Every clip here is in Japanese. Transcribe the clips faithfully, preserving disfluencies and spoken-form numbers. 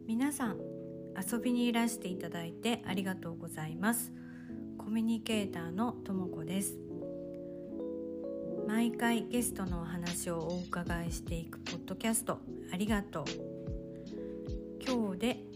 皆さん遊びにいらしていただいてありがとうございます。コミュニケーターのともこです。毎回ゲストのお話をお伺いしていくポッドキャスト、ありがとう。今日で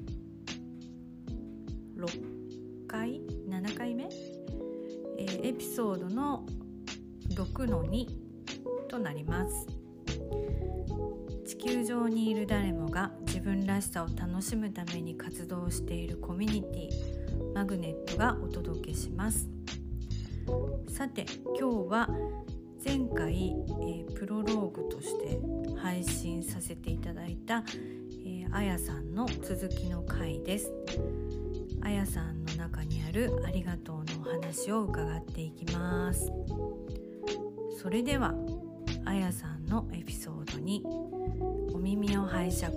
ろっかいななかいめ、えー、エピソードのろくのにとなります。地球上にいる誰もが自分らしさを楽しむために活動しているコミュニティマグネットがお届けします。さて今日は前回、えー、プロローグとして配信させていただいた、えー、あやさんの続きの回です。あやさんの中にあるありがとうのお話を伺っていきます。それではあやさんのエピソードにお耳を拝借。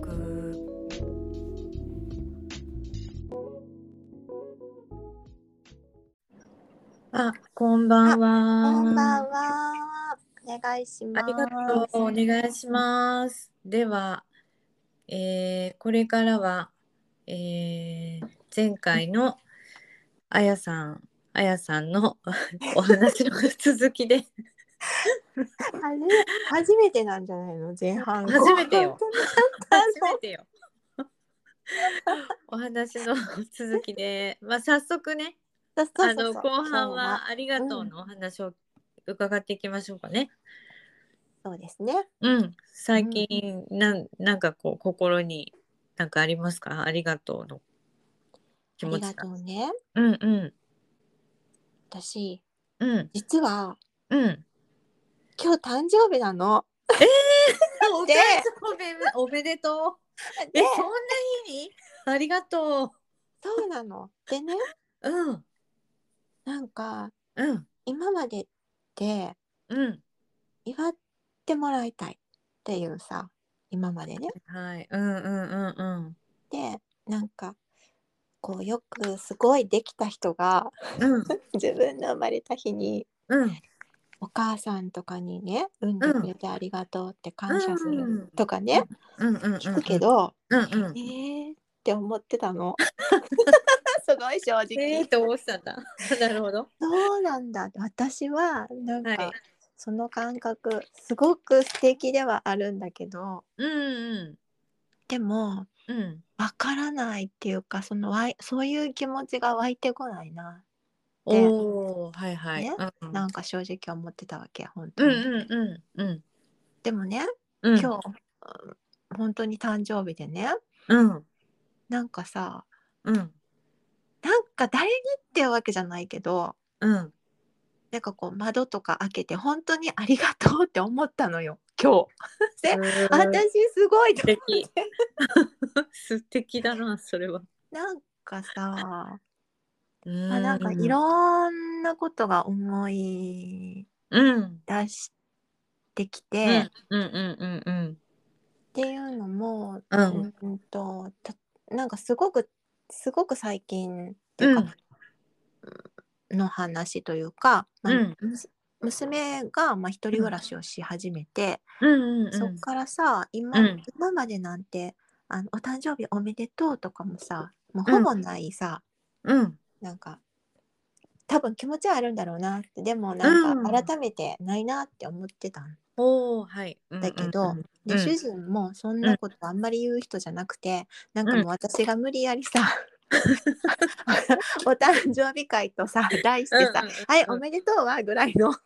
あ、こんばんは。 こんばんは。お願いします。 ありがとう。お願いします。では、えー、これからは、えー、前回のあやさん、あやさんのお話の続きであれ、初めてなんじゃないの？前半初めてよ。初初めてよ。お話の続きで、まあ、早速ね、 そうそうあそうそう、 の後半今日はありがとうのお話を伺っていきましょうかね。 うん、そうですね。 うん、最近、 うん、 なん、なんかこう心になんかありますか？ありがとうの気ありが持ちが。 とうね。 うんうん。 私、 うん実はうん。 今日誕生日なの。 えー、お誕で、 生日おめでとう。 で、 え、そんな日にありがとそうなの。でね、 う。うん。 なんかうん今までってうん祝ってもらいたいっていうさ、今までね。 はい。うんうんうんうん。 で、なんかこうよくすごいできた人がうん自分の生まれた日にうんお母さんとかにね、産んでくうんれてありがとうってう感謝するんとかね、 うんうんうん聞くけど、 うんうん。 えーって思ってたの。すごい正直。 えーと思ってたんだ。なるほど。 そうなんだ。私はなんかはい。 その感覚すごく素敵ではあるんだけど、 うんうんでもうんわからないっていうか、そのわいそういう気持ちが湧いてこないなっておー、はいはい。 ね、 うんなんか正直思ってたわけ、本当に。 うんうんうんうんでもね、 うん今日うん本当に誕生日でね、 うんなんかさ、 うんなんか誰にっていうわけじゃないけど、 うんなんかこう窓とか開けて本当にありがとうって思ったのよ、今日。で、私すごいと思っ素敵。 て。 素敵だな、それは。 なんかさ、 うまあ、なんかいーんろんなことが思いうん出してきうんて、 うんうんうんっていうのも、 うんうんと、たなんかすごくすごく最近っていうか、 うんの話というか、まあ、 うんむす娘がまあ一人暮らしをし始めて、 うんうんそっからさ、今、 うん今までなんてあのお誕生日おめでとうとかもさ、もううんほぼないさ、 うんなんか多分気持ちはあるんだろうなって、でもうなんかん改めてないなって思ってたんおーはいうんだけど、 うんでうん主人もそんうんなことあんまり言う人じゃなくて、なんかうんもう私が無理やりさお誕生日会とさ題してさ、はいおめでとうはぐらいの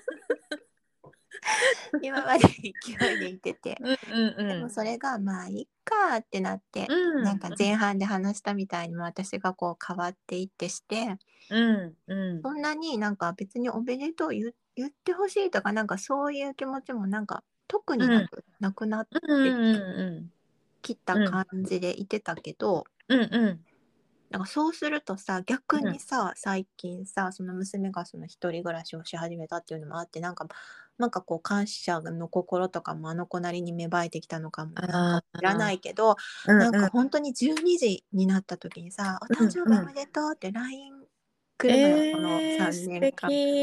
今まで勢いでいてて、 うんうんうんでもそれがまあいっかってなって、 うんなんか前半で話したみたいに私がこう変わっていってして、 うんうんそんなになんか別におめでとう言言ってほしいとか、なんかそういう気持ちもなんか特になく、なくなってうんきた感じでいてたけど、 うんうんなんかそうするとさ、逆にさ、最近さ、その娘がその一人暮らしをし始めたっていうのもあって、なんかなんかこう感謝の心とかもあの子なりに芽生えてきたのかもなんか知らないけど、なんか本当にじゅうにじになった時にさ、お誕生日おめでとうって ライン 来るのよ、このえー、 3 素年間。 敵。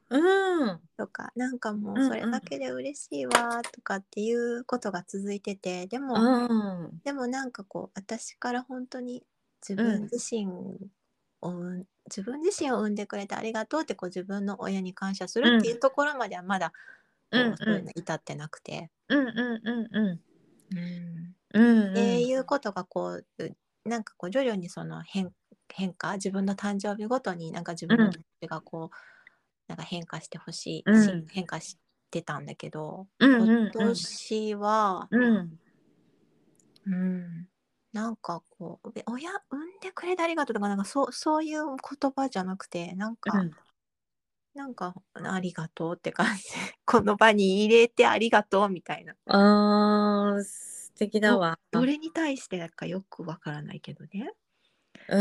うん。 とか、なんかもううんそれだけで嬉しいわとかっていうことが続いてて、でうもん。 でもなんかこう私から本当に自うん。 分自身を産ん自分自身を産んでくれてありがとうってこう自分の親に感謝するうん。 っていうところまではまだうん。 こうそういうのうん。 至ってなくて、 うんうんうんうん。 うん、っうんうん。 ていうことがこううなんかこう徐々にその変変化自分の誕生日ごとになんか自分の気持ちがこうなんか変化してほしいしうん。 変化してたんだけど、今うんうんうん。 年はうん。 うん、なんかこう、え親産んでくれてありがとうとか、なんかそうそういう言葉じゃなくて、なんかうん。 なんかありがとうって感じ。この場に入れてありがとうみたいな。 ああ、素敵だどわ。 どれに対してだかよくわからないけどね。 うん。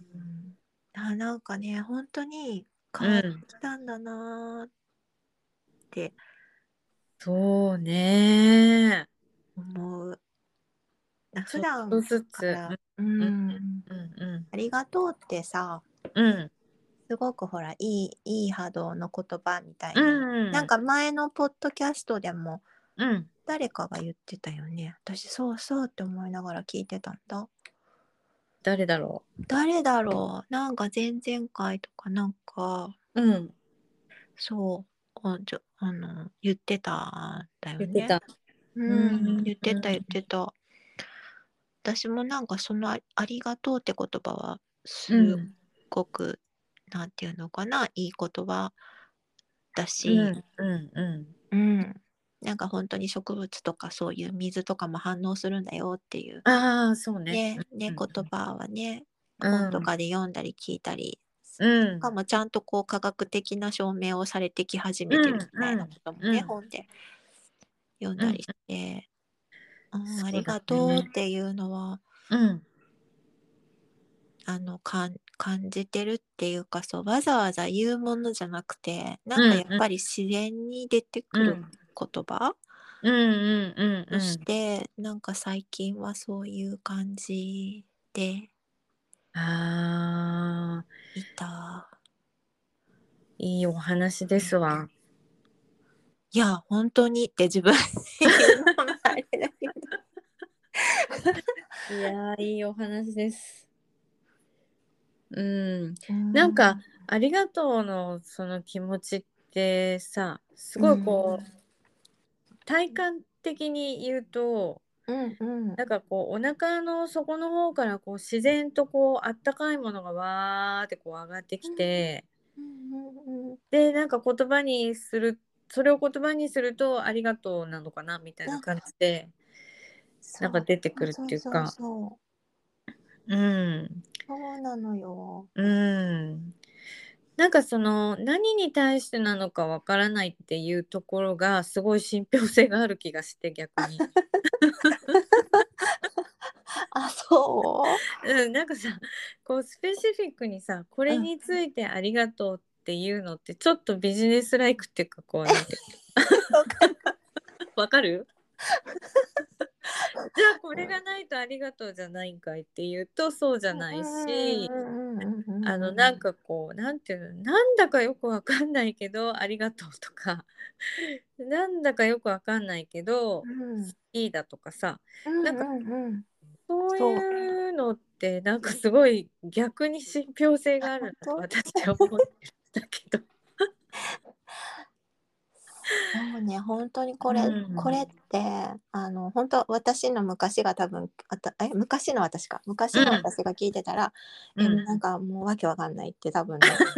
うん、あ、なんかね、本当に変わってうん。 きたんだなーってそうね。 思う。なちょっ普段とずつ。 から、ううん。 ん、 うんうんありがとうってさ、 うん。 すごくほら、いい、いい波動の言葉みたういに、なんん。 か前のポッドキャストでもうん。 誰かが言ってたよね。私、そうそうって思いながら聞いてたんだ。 誰だろ誰だろう、なんか前々回とかなんか、 う。うん。 そう、あちょあの言ってたんだよね。 言ってた。ううん、 ん。 言ってた言ってた。私もなんかそのあありがとうって言葉はすっうん。 ごく、なんていうのかな、いい言葉だうし、 ん。うん。うん。 うん。なんか本当に植物とかそういう水とかも反応するんだよっていうああ、そうね。 ね、ね、 うん。 言葉はね、 うん。 本とかで読んだり聞いたり、 うん。 しかもちゃんとこう科学的な証明をされてき始めてるうん。 みたいなうん。 こともね、 うん。 本で読んうん。 だりして、うん、あそうだりがとうっね。 ていうのは、 うん。 あの、かん感じてるっていうか、そう、わざわざ言うものじゃなくて、なんかうん。 やっぱり自然に出てくるうん。 言葉うん。うん。うん。 としうん。 て、なんか最近はそういう感じでああ、 いた。 いいお話ですわ。 いや、本当にって自分で言うのもあれだけど。 いやー、いいお話です。うん。 うなんか、 ん。 ありがとうのその気持ちってさ、すごいうん。 こう、体感的に言うと、 うんうん。 なんかこう、お腹の底の方からこう、自然とこう、あったかいものがわーってこう上がってきて、 うんうんうん。 で、なんか言葉にする、それを言葉にすると、ありがとうなのかなみたいなあ、 感じで、なんかそう、 出てくるっそうそうていうか、 そう。 うん。 そうなのよ。 うん。なんかその何に対してなのかわからないっていうところがすごい信憑性がある気がして逆に。 あ、そう？ うん、なんかさ、こうスペシフィックにさ、こうん。 れについてありがとうっていうのってちょっとビジネスライクっていうかこうなんてわかる。 わかる？じゃあこれがないとありがとうじゃないんかいっていうとそうじゃうんうないし、 んうんうんうんあうんうん。 のなんかこうなんていうの、なんだかよくわかんないけどありがとうとか、なんだかよくわかんないけど好うん。 きだとかさ、 うんなんかうんうん。 そうそう。 いうのってなんかすごい逆に信憑性があるなと本当？ 私は思ってるんだけど。 そうね、本当にこうれこれっん。 て、あの、本当私の昔が多分、あたえ、昔の私か。昔のうん。 私が聞いてたら、え、 うん。 なんかもうわけわかんないって多分ね、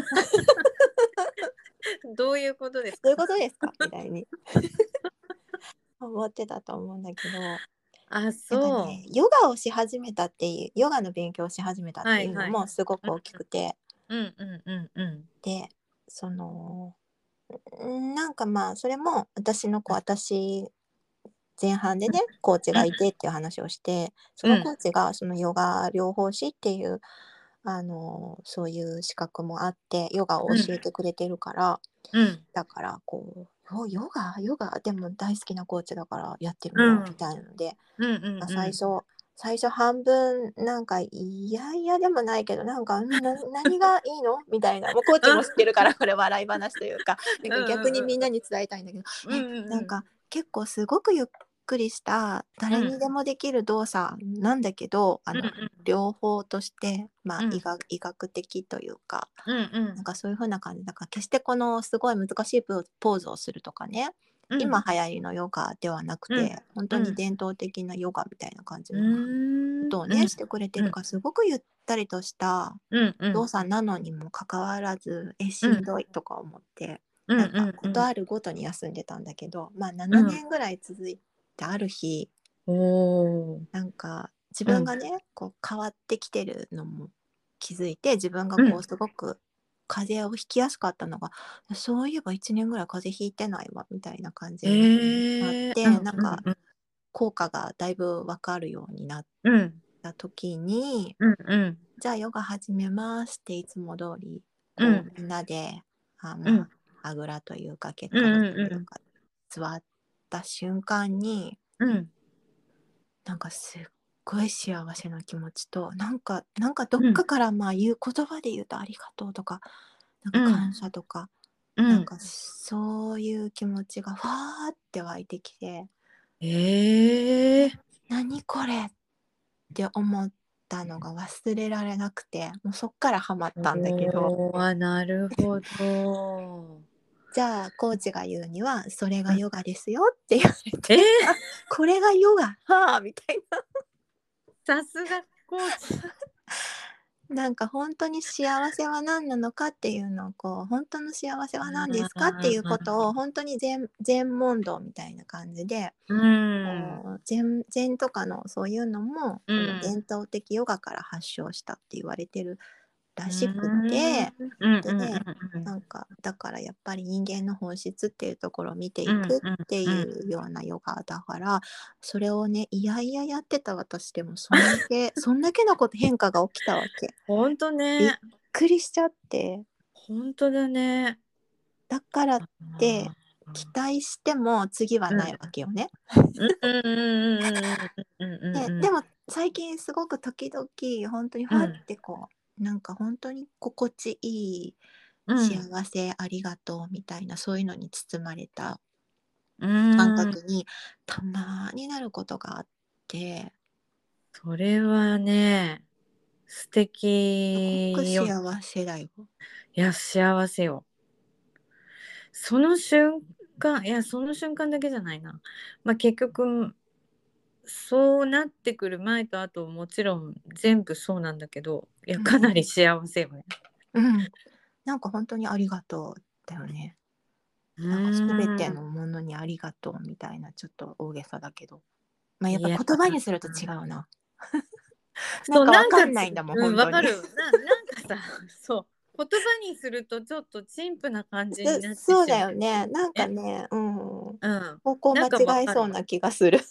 どういうことですか？ どういうことですか？みたいに思ってたと思うんだけど、 あ、 なんかそう。 ね、ヨガをし始めたっていうヨガの勉強をし始めたっていうのはいはい。 もすごく大きくて、 うんうんうんうん。 で、その、ん、なんかまあ、それも私のこう、私前半でね、コーチうんがいてっていう話をして、そうんのコーチがそのヨガ療法士っていう、あの、そういう資格もあって、ヨガをうん教えてくれてるから、 うんだからこう、ヨヨガヨガでも大好きなコーチだからやってるうんのみたいなので、 うんうんまあ、 うん最初最初半分なんかいやいやでもないけどなんかな何がいいのみたいな、もうコーチも知ってるからこれ笑い話というか、なんか逆にみんなに伝えたいんだけど、 うんうんえなんか結構すごくゆっくりした誰にでもできる動作なんだけど、あの両方としてまあうん医学、医学的というか、 うんうんなんかそういう風な感じだから、決してこのすごい難しいポーポーズをするとかね、 うん今流行りのヨガではなくうんて、本当に伝統的なヨガみたいな感じうのこんとをね、 うんしてくれてるから、すごくゆったりとしたうんうん動作なのにもかかわらず、え、しうんんどいとか思って、 うんなんかうんことあるごとに休んでたんだけど、まあ7 うん年ぐらい続いてある日、 おーなんか自うん分がね、こう変わってきてるのも気づいて、自分がうんこうすごく風邪をひきやすかったのが、そういえばいちねんぐらい風邪ひいてないわみたいな感じへになっえうて、 んなんか効果がだいぶわかるようになっうんた時に、 うんうんじゃあヨガ始めますっていつも通りうんこうみんなで、あうんまああぐらというか結うん果がうんうんというか座った瞬間に、 うんなんかすっごい幸せな気持ちと、なんかなんかどっうんかからまあ言う言葉で言うとありがとうとか、なんうんか感謝とか、 うんなんかそういう気持ちがファーって湧いてきて、 へえ何これって思ったのが忘れられなくて、もうそっからハマったんだけど、 おーあなるほどじゃあコーチが言うにはそれがヨガですよって言われえーて、あこれがヨガはあみたいな。 さすがコーチなんか本当に幸せは何なのかっていうのをこう、本当の幸せは何ですかっていうことを本当に全全問答みたいな感じで、 うんこう禅禅とかのそういうのもうんこの伝統的ヨガから発祥したって言われてるらうしくんて、 うんうんで、 うんなんかだからやっぱり人間の本質っていうところを見ていうんくっていうんうようなヨガだから、それをねいやいややってた私でもそんだけそんだけのこと変化が起きたわけ。 ほんとびっねくりしちゃって、 ほんとだねだからっあて期待しても次はーないわけよね。 うんうんうんうんうんうんうんででも最近すごく時々本当にファってこう、なんか本当に心地いい幸うんせありがとうみたいな、そういうのに包まれた感うん覚にたまになることがあって、 それはね素すごく敵よ。 幸せだよ。 いや幸せよ。その瞬間いやその瞬間だけじゃないな。まあ結局そうなってくる前と後もちろん全部そうなんだけど、いやうんかなり幸せよね。 うん、なんか本当にありがとうだよね。 うなんか全てーんのものにありがとうみたいな、ちょっと大げさだけど、まあやっぱいや言葉にすると違うな。なんそうかわなんかつかんないんだもん、 うん本当に。 わかるななんかさそう言葉にするとちょっと陳腐な感じになってそうだしまうよね。なんかね。 ね、うん。 うん方向間なんかわ違えかる。 そうな気がする。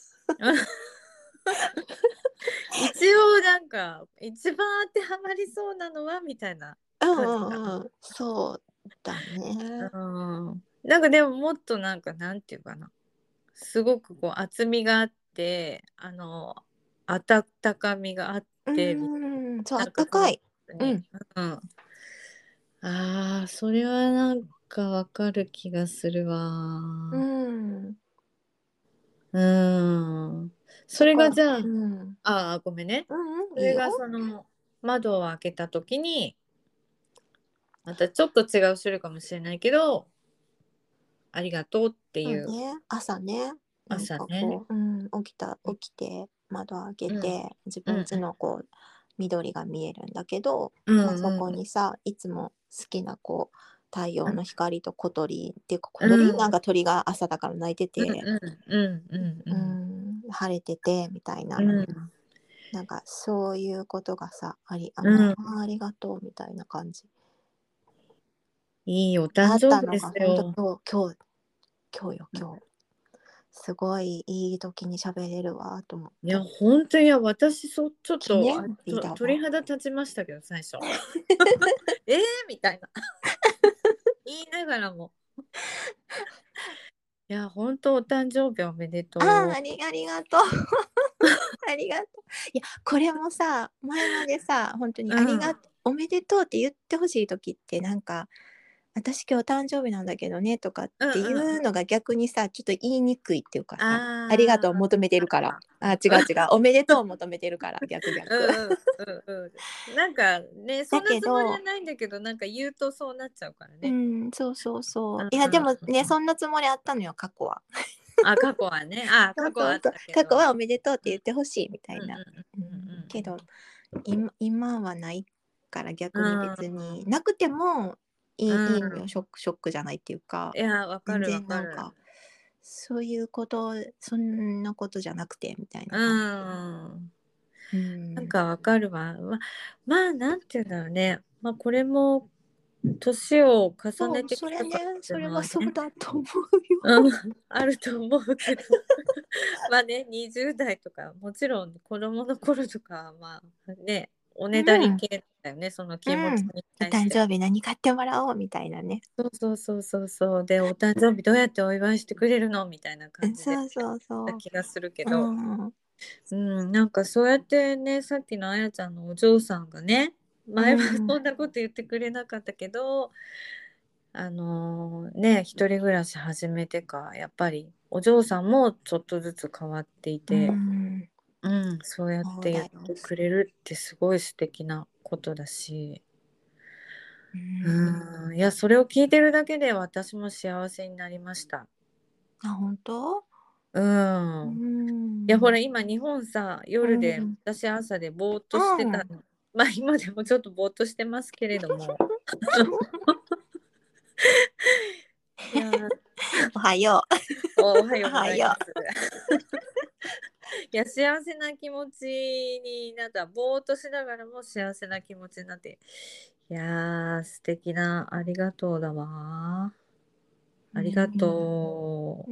一応なんか一番当てはまりそうなのはみたいなうん感じかうんうん。そうだね。 な。うんなんかでももっとなんかなんていうかなすごくこう厚みがあってあの温かみがあっうてん、そう、あなんかそのったかい。うに、 ん。 うん、あーそれはなんかわかる気がするうわ。 ん。 うんそだから、 れがじゃあうん。 あーごめんねうんうん、いいよ。 それがその窓を開けた時にまたちょっと違う種類かもしれないけどありがとうっていうそうね、朝ね、なん朝ね。 かこう、うん、起きた起きて窓開けうんて、自分うん家のこう緑が見えるんだけど、 うんまあ、そこうんにさ、いつも好きなこう太陽の光と小鳥っていうか、小鳥、 うんなんか鳥が朝だから鳴いてうんて、 うんうんううんん、晴れててみたいな、 うんなんかそういうことがさ、あり、あ、 うんまあ、ありがとうみたいな感じいいおだっ誕生日でたのが、本当すよ。 今日、今日、今日よ、今日。すごいいい時に喋れるわと思っいやて。 本当いや私そちょっ記とあと念日だわ。 鳥肌立ちましたけど最初えーみたいな言いながらもいや本当お誕生日おめでとああ、 う。 あり、ありがとう。ありがとう。 いや、これもさ、前までさ、本当にうんありがおめでとうって言ってほしい時ってなんか、私今日誕生日なんだけどねとかっうんていうんうん。 うのが逆にさ、ちょっと言いにくいっていうかさ、ありがあとうを求めてるから。 あ。 あ、違う違う、おめでとうを求めてるから、逆逆。 うんうんうんうん。なんかね、そだんなけど、 つもりはないんだけど、なんか言うとそうなっちゃうからね。 うん、そうそうそう。 うんいや、でもね、 うんうん。 そんなつもりあったのよ、過去は。 あ、過去はね。あ、過去はあっそうそうそう。 たけど。 過去はおめでとうってうん言ってほしいみたうんうんいな。うん、けど、 うん今今はないから逆にうんうん。 別になくてもいい、いいのよ。 うん。 ショック、ショックじゃないっていうか、 いや、わか全るわかる。 然なんか、そういうこと、そんなことじゃなくてみたいなう感じ。 ん。 うん。 なんかわかるわ。ま、まあ、なんていうんだろうね。まあ、これも年を重そう、 ねてきそれね、 たからっていそれうのはね。 はそうだと思ううん、 よ。 あると思うけど。まあね、にじゅう代とか、もちろん子供の頃とかはまあね、おねだりうん、 系だよね、そのうん。 気持ちにお対して。 誕生日何買ってもらおうみたいなね。 そうそうそうそうそう。で、お誕生日どうやってお祝いしてくれるのみたいなうん、 感じでそうそうたそ気がするけう。うど、 ん。 うん、なんかそうやってね、さっきのあやちゃんのお嬢さんがね、 う前はん。 そんなこと言ってくれなかったけど、あのね、一人暮らし始めてか、やっぱりお嬢さんもちょっとずつ変わっていうて、 ん。 うん、そうやって言っそうだよ。 てくれるってすごい素敵なことだし、 うん。 うん、いや、それを聞いてるだけで私も幸せになりました。 あ、本当？ ううん。いや、ほん。 ら、今日本さ、 う夜で、 ん。 私朝でぼーっうとしてたん。 の。まあ今でもちょっとぼーっとしてますけれども。いやー、 おはよお、おはう。おようごはよざいます。いや、幸せな気持ちになった。ぼーっとしながらも幸せな気持ちになって。いやー、素敵な、ありがとうだわ。 う。うありがん。 とうん。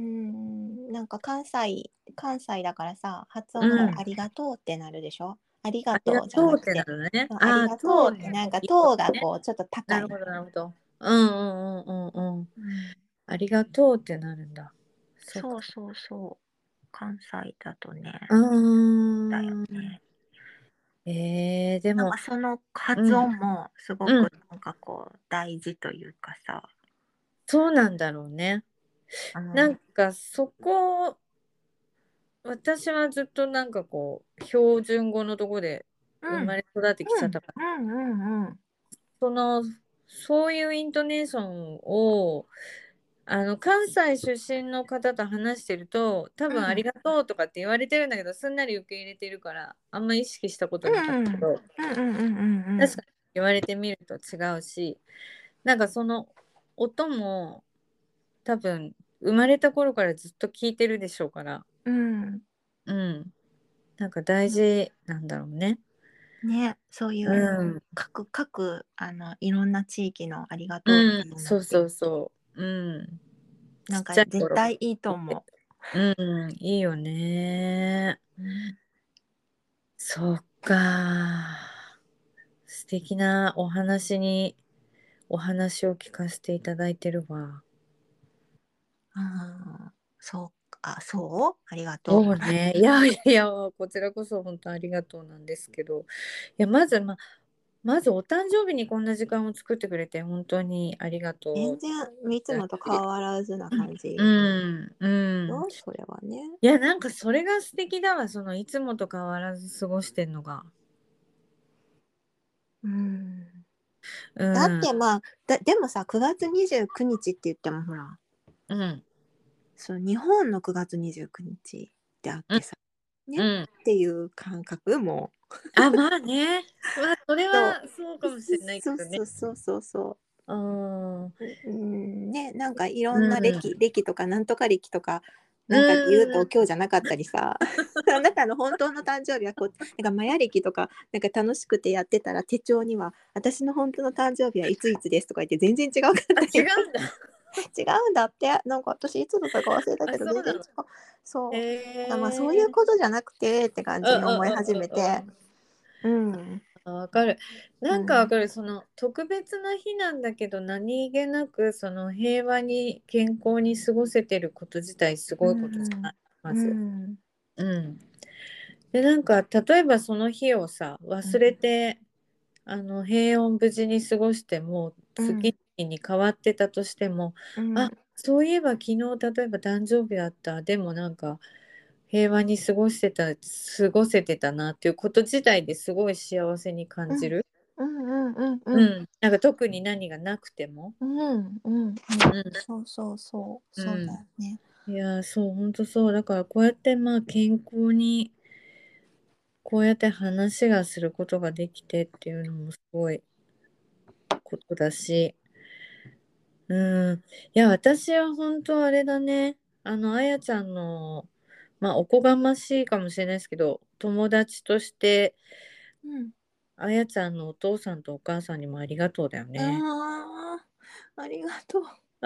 なんか関西、関西だからさ、発う。 音がうん。 ありがとうってなるでしょ？ありがありがとうじゃとうってななくて、 るのね。 あありああ、 がとうってとうね。 なんか、 いいことうとね。 がこう、ちょっと高いの。 なるほど、なるほど。うんうんうんうんうん。 うん。 ありがとうってなるんだ。そっか。 そうそうそう。関西だとね、 うだよーん。 ね。 えー、でも、 なんかそのうん、 発音もすごうん。 くなんかこう大事というかさ、 そうなんだろうね。 うん、 なんかそこ、私はずっとなんかこう、標準語のとこでうん、 生まれ育ってきちうん、 ゃったから、 うん、うん、うん、 その、そういうイントネーションを、あの、関西出身の方と話してると、多分ありうん、 がとうとかって言われてるんだけど、すんなり受け入れてるから、あんま意識したことなかっうん、うん、うん、 たけど、 うん、うん、 確かに言われてみると違うし、なんかその音も多分生まれた頃からずっと聞いてるでしょうから、 うん、 うん、なんか大事なんだろうね。 ね、そういううん、 各各あのいろんな地域のありがとうってうん、 いうのってそうそうそう、うん、ちっなんかちゃい頃から絶対いいと聞いて、 思うん、いいよね。 う。うん、 そっか。素敵なお話に、お話を聞かせていただいてるわ。 あーそうか、そうありがとそうね。いやいやいや、こちらこそ本当ありがとうなんですけど。いや、まず、ま、まずお誕生日にこんな時間を作ってくれて本当にありがう。 とう全然いつだもと変し。 わらずな感うじん、うん。 よ、それはね。 いや、なんかそれが素敵だわ。そのいつもと変わらず過ごしてんのが。 うん。 うだっん、 てまあ、だでもさ、くがつにじゅうくにちって言ってもほら、 うん、 そう日本のくがつにじゅうくにちであっうん、 てさ、ねっうん。 ていう感覚も、 あ、まあね。まあ、それそう、 はそうかもしれないけどね。 そうそうそうそうそうん、うう、うん、ね、なんかいろんなん、 歴、歴とかなんとか歴とか、なんかで言ううん。 と今日じゃなかったりさ、あなたの本当の誕生日はこう、なんかマヤ歴とか、なんか楽しくてやってたら手帳には、私の本当の誕生日はいついつですとか言って全然違うかっあ、 たり。 違うんだ。 違うんだって。なんか私いつだったか忘れたあ、 けどそうなの。 全然違う。そう。だからまあそういうへえ。 ことじゃなくてって感うんうじに思い始んめて。 うんうんうん。 うん。 あ、わかる。 うん。 なんかわかる。その特別な日なんだけど、何気なくその平和に健康に過ごせてること自体すうごいことじゃなん。 い、まうず。 ん。 うん。 でなんか例えばその日をさ忘れて、あの平穏無事に過ごしてもうん次の日に変わってたとしても、あ、 うんそういえば昨日例えば誕生日だった、でもなんか平和に過ごしてた過ごせてたなっていうこと自体ですごい幸せに感うんじる。 うんうんうんうん、なんか特に何がなくても。 うんうんうんうそうそうそうん、 そうだよね。 うん、いやそう本当そうだからこうやってまあ健康にこうやって話がすることができてっていうのもすごいことだし、うん。いや、私は本当あれだね。あの、あやちゃんの、まあ、おこがましいかもしれないですけど、友達として、 うんあやちゃんのお父さんとお母さんにもありがとうだよね。 ああ、ありがとう。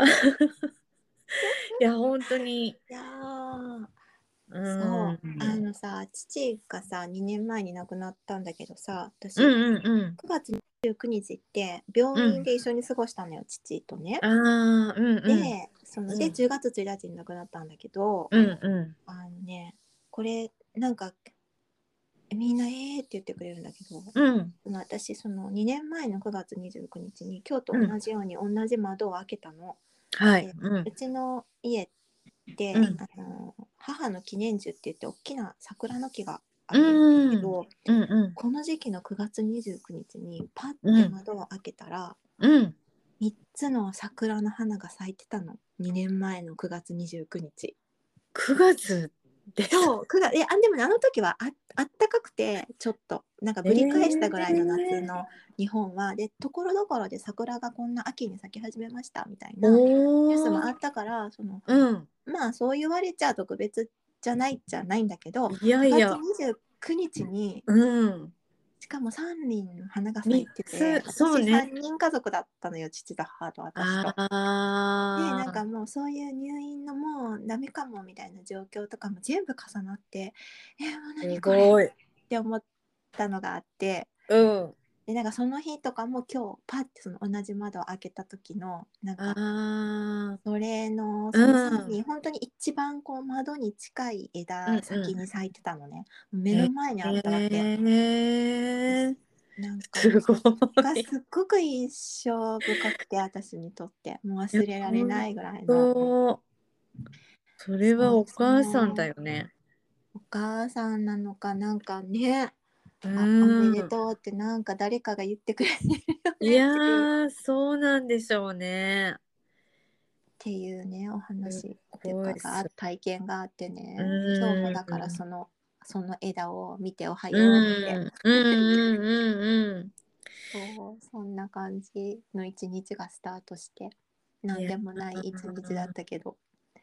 いや、本当に、 いやー、 うそう、あん。 のさ、父がさ、にねんまえに亡くなったんだけどさ、 うん私、 うんうん。 くがつにじゅうくにちって病院うん。 で一緒に過ごしたのよ、父とね。 ああ、うんうん。 で、そので、 うん。 じゅうがつついたちに亡くなったんだけど、 うんうあのね、これ、なんか、みんなえーって言ってくれるんだけど、 ん。うん。 その私、そのにねんまえのくがつにじゅうくにちに今日とうん。 同じように同じ窓を開けたの。 はい。 で、 うん。 うちの家で、 うん。 あの母の記念樹って言って大きな桜の木があうるんだけん。 ど、 うんうん。 この時期のくがつにじゅうくにちにパッてうん。 窓を開けたらうん。 みっつの桜の花が咲いてたの。にねんまえのくがつにじゅうくにち。 くがつです。 そう、くがえあでもね、あの時はああったかくてちょっとなんかえぶり返したぐらいの夏ー、 の日本はで、ところどころで桜がこんな秋に咲き始めましたみたいなニュースおー、 もあったから、そのうん。 まあそう言われちゃ特別じゃないじゃないんだけど、 いやい 9月や、 にじゅうくにちにうん。 しかもさんにんの花が咲三いてて、 つ、そう私ね。 さんにん家族だったのよ、父と母と私あと。で、なんかあ、 もうそういう入院のもうダメかもみたいな状況とかも全部重なって、えー、もう何すこれっごい。 て思ったのがあって、 うん。 で、なんかその日とかも今日パッてその同じ窓を開けた時のなんあかあ、 それのうそのさんにんん。 本当に一番こう窓に近いうん枝う先に咲いてたのね。目ん。への前にあったわけ。 え、 なんかもうすごそれがい。 すっごく印象深くて、私にとってもういや、 忘れられほんないぐらいの。 と、それはおそうそ母さんだう。 よね。 お母さんなのかなんかね、 うあ、おめでん。 とうってなんか誰かが言ってくれてるよいやねっていう、っー、そうなんでしょうね。 ていうね、おすっ話っていうごいかがす。 体験があってうね、今日もだからん。 そのその枝を見ておはうようってん。うんうんうんうん。 そう、そんな感じの一日がスタートして、ないやんでもない一日だったけど、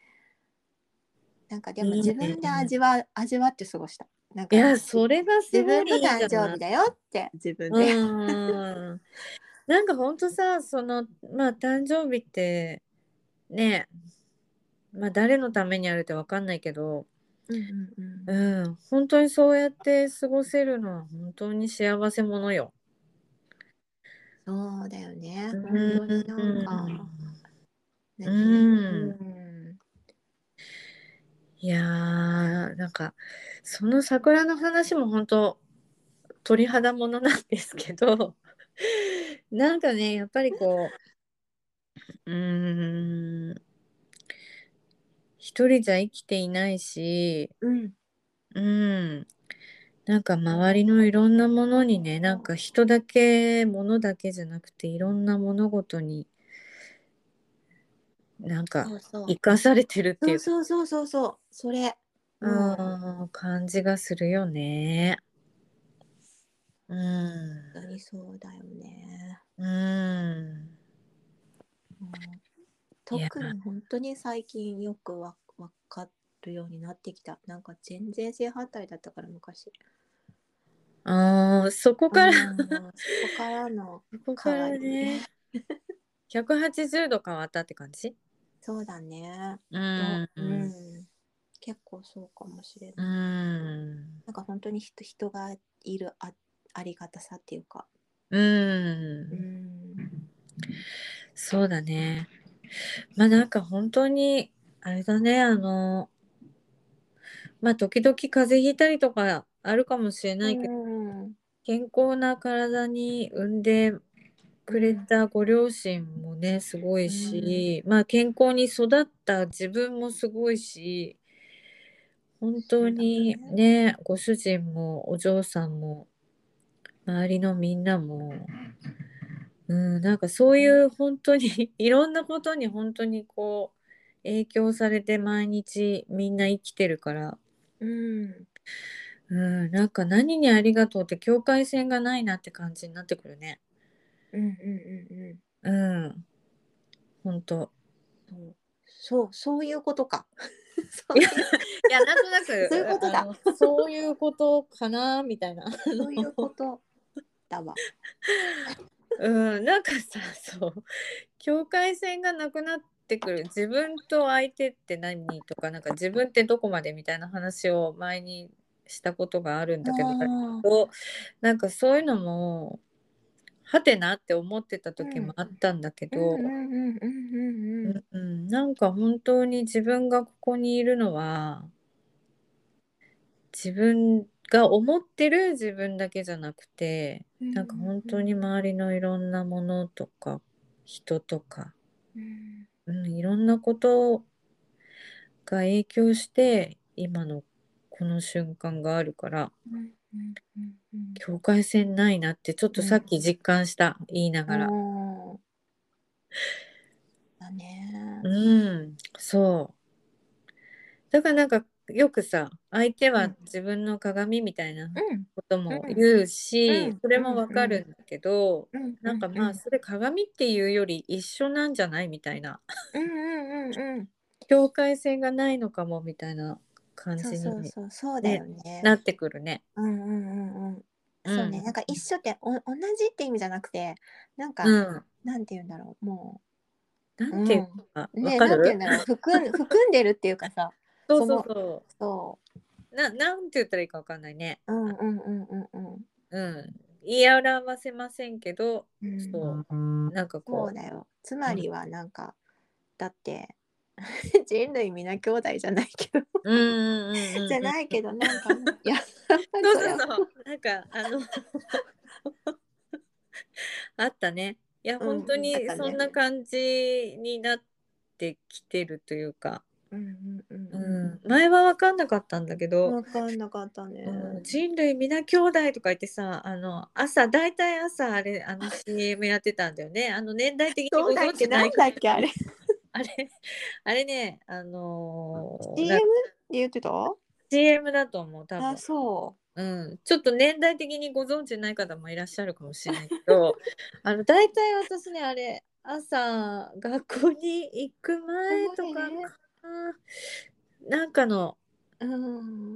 なんかでもいい自分でね。 味わ味わって過ごした。なんかいや、それがす自分のごいいいじゃない。 誕生日だよって自分うで。 ーん。なんかほんとさ、その、まあ誕生日ってね、まあ誰のためにあるってわかんないけど、 うんうんうん。 うん、本当にそうやって過ごせるのは本当に幸せ者よ。 そうだよね。 う本当にん。 なんか、 う何うん。 ん。 いやー、なんか、その桜の話も本当鳥肌ものなんですけど、なんかね、やっぱりこう、うーん、一人じゃ生きていないし、 うん。 うん、なんか周りのいろんなものにね、なんか人だけ、ものだけじゃなくて、いろんな物事になんかそうそう。 生かされてるってそういうか、 そうそうそうそう。それ。もう、 うん、感じがするよね。うん、 本当にそうだよね。 うん。 もういや、 特に本当に最近よくわ分かるようになってきた。なんか全然正反対だったから昔。 あー、そこうからん、そこからのそこから変わり。 ね、ひゃくはちじゅうど変わったって感じ。 そうだね。 うと、 ん、 うん。結構そうかもしれうない。 ん、 なんか本当に人、人がいるあ、ありがたさっていうか。 ううん。 ん。 そうだね。まあなんか本当に、あれだね、あの、まあ時々風邪ひいたりとかああるかもしれうないけど、 ん健康な体に産んでくれたご両親もねすごいし、まあ健康に育った自分もすごいし、本当にそうだね、ご主人もお嬢さんも周りのみんなも、うん、なんかそういう本当にいろんなことに本当にこう影響されて毎日みんな生きてるから、 うんうん、なんか何にありがとうって境界線がないなって感じになってくるね。 うんうんうんうん、本当。 そうそうそういうことかそいや、いういうや、なんとなく、 そういうことだあの、そういうことかな、みたいな。あそういうこの、 とだわ。 うん、なんかさ、そう、境界線がなくなってくる。自分と相手って何とか、なんか自分ってどこまでみたいな話を前にしたことがあるんあだけど、 あ、 なんかそういうのも、はてなって思ってたうん時もあったんだけうんうんど、 うんうんうんうんうん、なんか本当に自分がここにいるのは、自分が思ってる自分だけじゃなくて、 うんなんか本当に周りのいろんなものとか人とか、 うんうん、いろんなことが影響して今のこの瞬間があるから、 うんうんうんうん境界線ないなってちょっとさっき実感した言いながら。 うんだね。 うん、そう。だからなんかよくさ、相手はうん自分の鏡みたいなうんことうんも言ううし、 んそれもわかうんうんるんだけど、 うんうなんかんうんまあそれ鏡っていうより一緒なんじゃないみたいな、 うんうんうん境界線がないのかもみたいな感そうじに、 そうそうそうだね、 よね。 なってくるね。 うんうんうんうん。そうね、 うん。 なんか一緒ってお同じって意味じゃなくて、なんか、 うん。 なんて言うんだろう、もう、 なんていううか、 ん。ね、 わかる？ なんて言うんだろう、含ん、含んでるっていうかさ、 そうそうその、 そそう。な、なんて言ったらいいかわかんないね。 う、うんうんうんうんうん。 うん。言い表せませんけど、 うんそう。なんかこそうだよ。つう、うん。 まりはなんか、だって人類皆兄弟じゃないけどうんうんうんじゃうんうん。 ないけど、なんかもう、いや、やっぱりそれは、 そうそうそう。なんか、あのあったね。いや、本うん、 当にそんあったね。 な感じになってきてるというか、 うんうんうんううん。 ん、前は分かんなかったんだけど、 わかんなかったね。 うん、人類皆兄弟とか言ってさ、あの、朝、大体朝、あれ、あの シーエム やってたんだよね。あの、年代的にごそうだっけ、な存知ないか。 んだっけ、あれ。 あれ、あれね、あのーなシーエム って言ってた？ シーエム だと思う、多あ、 分。 そうん、ちょっと年代的にご存知ない方もいらっしゃるかもしれないけど、あの大体私ね、あれ、朝学校に行くう。 前とかね、 かな、なんかの、 うん。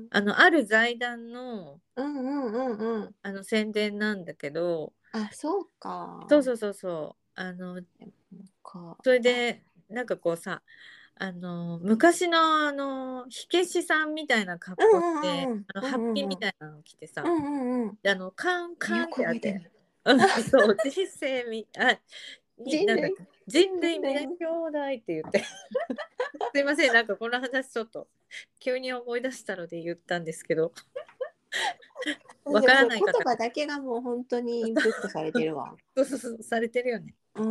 あの、ある財団の、 うんうんうんうん。 あの宣伝なんだけど、 あ、そうか。 そうそうそうそう、あの、 でもか。 それあ、 で、なんかこうさ、あの、昔のあの、火消しさんみたいな格好しうんうんて、 うんあの、ハッピーうんうんうんみたいなの着てさ、 うんうんうん。 であの、カンカンよってやって、 く覚えてる。 うん、そう、人生み、あ、に、 人類なんだっけ、人類皆兄人類弟って言って、すいません、なんかこの話ちょっと、急に思い出したので言ったんですけど、わからでもそれない方が、 言葉だけがもう本当にインプットされてるわ。 そうそうそう、されてるよね。 うん。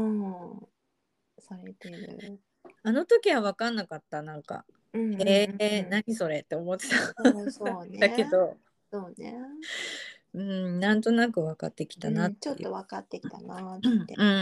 されてる。 あの時はわかんなかった、なんか、 うんうんえー、 うんうん。 何それって思ってた。 そうそうだけね。 ど、 そうね。 うん、なんとなく分かってきたなうん、ちょっっていう、 と分かってきたなっうん、 て。 うん、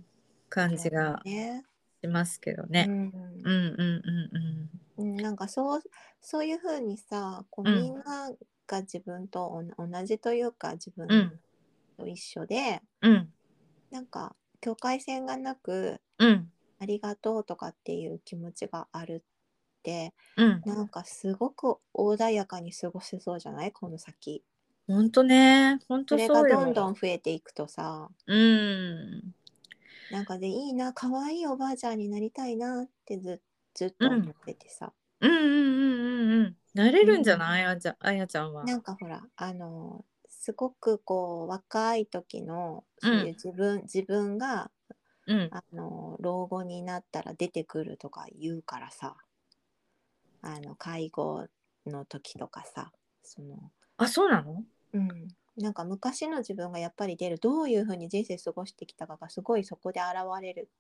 感そうじがね。 しますけどうね。うん。 んうんうんうん、なんかそう、そういうふうにさ、こううん。うんみんなが自分とおん同じというか自分うんと一緒で、 うんなんか境界線がなくうんありがとうとかっていう気持ちがあるって、 うん。 なんかすごく穏やかに過ごせそうじゃないこの先。 ほんとね、ほんとそれがそうよ。 どんどん増えていくとさ、 うん。 なんかでいいな、可愛いおばあちゃんになりたいなってず、ずっと思っうん。 ててさ。 うんうんうんうんうん。なれうん、 るんじゃない？あやちゃん、あやちゃんは。 なんかほら、あの、すごくこう若い時のそういううん自分、自分がうんあの老後になったら出てくるとか言うからさ、あの介護の時とかさ、そのあ、そうなの？ うん、なんか昔の自分がやっぱり出る、どういうふうに人生過ごしてきたかがすごいそこで現れるって。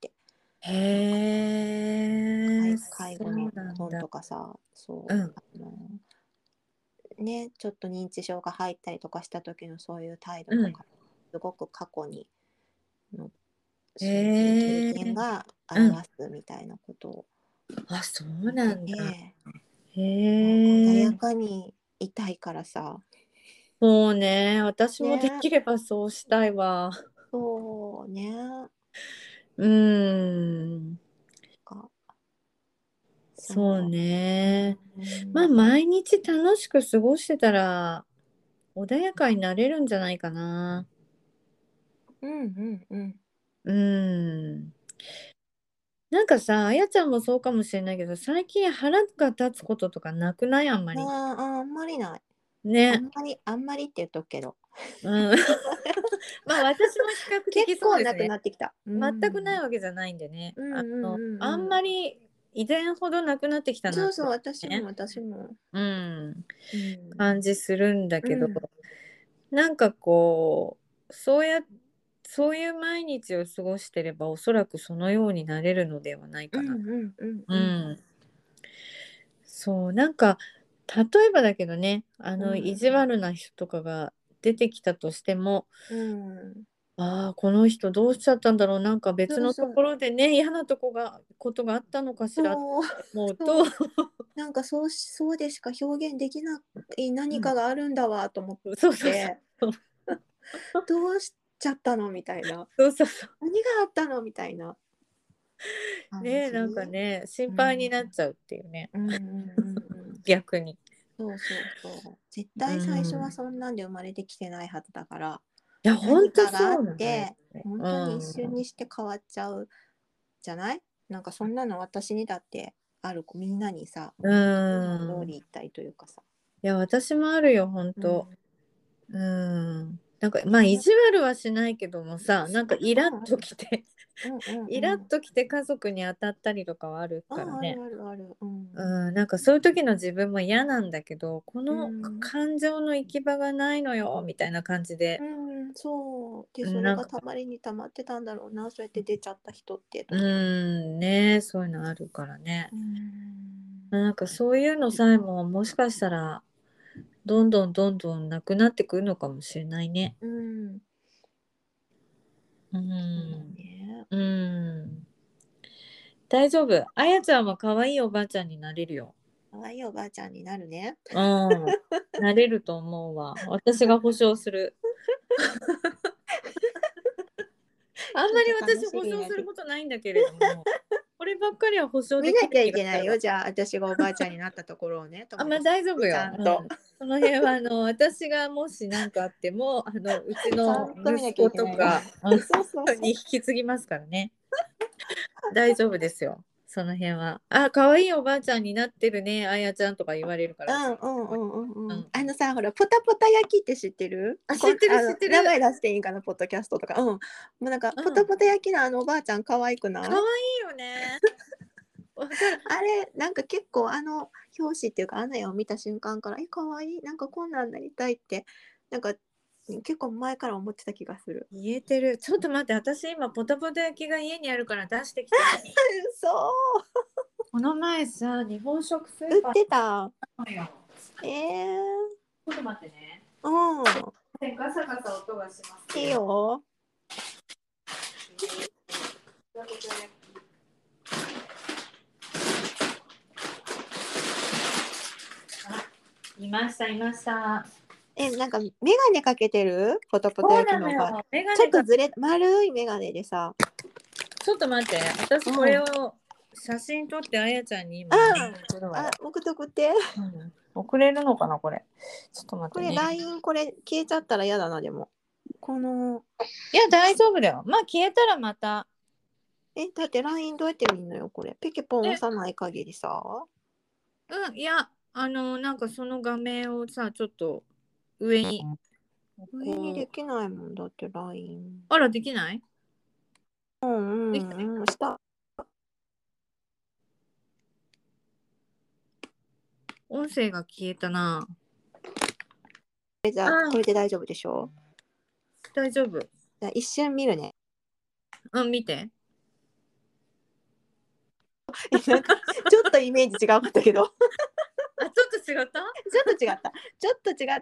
へえ、 介介そう護の本なんだ。 とかさ、そううん。 あのね、ちょっと認知症が入ったりとかした時のそういう態度うん。 とか、すごく過去にのそういう経へえ。 験がうん。 表すみたいなことをあ、そう見てなんだ。 て、もう穏へえ。 やかにいたいからさ、 そうね、私もでね、 きればそうしたいわ。 そうね、 うーん。 か、 そうそう、 ね。 うん、 まあ、毎日楽しく過ごしてたら、穏やかになれるんじゃないかな。 うんうんうんうーん。なんかさ、あやちゃんもそうかもしれないけど、最近腹が立つこととかなくない？あんまり。 あーあんまりない。あね。 んまり、あんまりって言っとくけど。 うん。まあ、私も比較結的そう構なくですね。 なってきた。う全くなん。 いわけじゃないんでね。 うんあの、 うんうあんんうまり以前ほどなくなってきたん。そうそう、 なって私もね。 私も。 うん。 うん。 感じするんだけど、 うん。 なんかこう、そうや、そういう毎日を過ごしてれば、おそらくそのようになれるのではないうんかな。 うんうんうん。 うん。そう、なんか、例えばだけどね、あの、意うん。 地悪な人とかが出てきたとしても、 うん。 ああ、この人どうしちゃったんだろう、なんか別のとそうそう。 ころでね、嫌なとこが、ことがあったのかしらってそう。 思うと、 そう。なんかそうし、そうでしか表現できない何うんかがあるんだわと思っそうそうそて、 う。 どうしちゃったのみたいな。 そうそうそう。 何があったのみたいな感ね、 じ。 なんかね、心うん。 配になっちゃうっていうね。 うんうんうんうん。 逆に。 そうそうそう。絶う対最初はん。 そんなんで生まれてきてないはずだから、 いや、ほんと何かがあっそうなのよて、 ね。 本当に一うん。 瞬にして変わっちゃうじゃない？なんかそんなの私にだってある子、みんなにさ、 う本当にん。い通り一体というかさ。 や、私もあるよ、ほんと。 うん。 うん。なんか、まあ、意地悪はしないけどもさ、なんかイラッうんときてうんうんイラッうん。 ときて家族に当たったりとかはあるあからね。 あ、あるあるある。うん。 うん、なんかそういう時の自分も嫌なんだけど、こうのん。 感情の行き場がないのよ、みたいな感じで、 うん、そう。で、 うん、 それなんか、 がたまりにたまってたんだろうな、そうやって出ちゃった人ってとう思って。 ん、ね、そういうのあるからね。 うん。 なんかそういうのさえももしかしたらどんどんどんどんなくなってくるのかもしれないね。 うん。 うそうん。 ね。 うん。大丈夫。あやちゃんは可愛いおばあちゃんになれるよ。 可愛いおばあちゃんになるね。 うん。なれると思うわ。私が保証する。あんちょっまりと楽し私保証みになって。 することないんだけれども、こればっかりは保証できる見なきゃい気がするわ。 けないよ。じゃあ、私がおばあちゃんになったところをね、とあ、まあもこさん。 大丈夫よ。 ちゃんと。 うん。その辺は、あの、私がもし何かあっても、あの、うちちゃのんと見な息子きゃいけないよ。 とか、あそうそうのにそう。 引き継ぎますからね。大丈夫ですよ。その辺は。あ、可愛いおばあちゃんになってるね、あやちゃんとか言われるから、うちうんのうんう息子に。 んうんうん。 うん。 あのさ、ほら、ポタポタ焼きって知ってる？ あ、 こん、 知ってるあの、 知ってる。 名前出していいかな、ポッドキャストとか。うん。もうなんか、 うん。 ポタポタ焼きのあのおばあちゃん可愛く可愛ない？ いよね。わかる。 あれ、なんか結構あの表紙っていうか、あの絵を見た瞬間から、え、可愛い、なんかこんなんなりたいって、なんか結構前から思ってた気がする。 言えてる。ちょっと待って、私今ポタポタ焼きが家にあるから出してきていい？ そこの前さ、日本食スう、売っーパーてた。 行ったのよ。 えー、 ちょっと待ってね。 うん、 ガサガサ音がしますいいけど。 よ。 いました、いました。 え、なんかメガネかけてるポタポタそう焼きのおばあ。 なのよ。メガネか、 ちょっとずれ、丸いメガネでさ。 ちょっと待って。私こうん。 れを写真撮ってあやちゃんにあ今送るわよ。 あ、送って送って。 うん、送れるのかな、これ。ちょっと待っこれてね。 ライン、これ消えちゃったら嫌だな、でも。この、 いや、大丈夫だよ。まあ、消えたらまた。 え、だって ライン どうやって見んのよ、これ。ペケポン押え、 さない限りさ。 うん、いや、あの、なんかその画面をさ、ちょっと上に、 上にでこう、 きないもんだって ライン。 あら、できない？ うんできたね。 うんうん。下。 音声が消えたな。 れじゃあこれで大丈夫でしょう。 大丈夫。 じゃあ一瞬見るね。 うん見て。 なんかちょっとイメージ違かったけどあちょっと違った？ ちょっと違ったちょっと違ったあ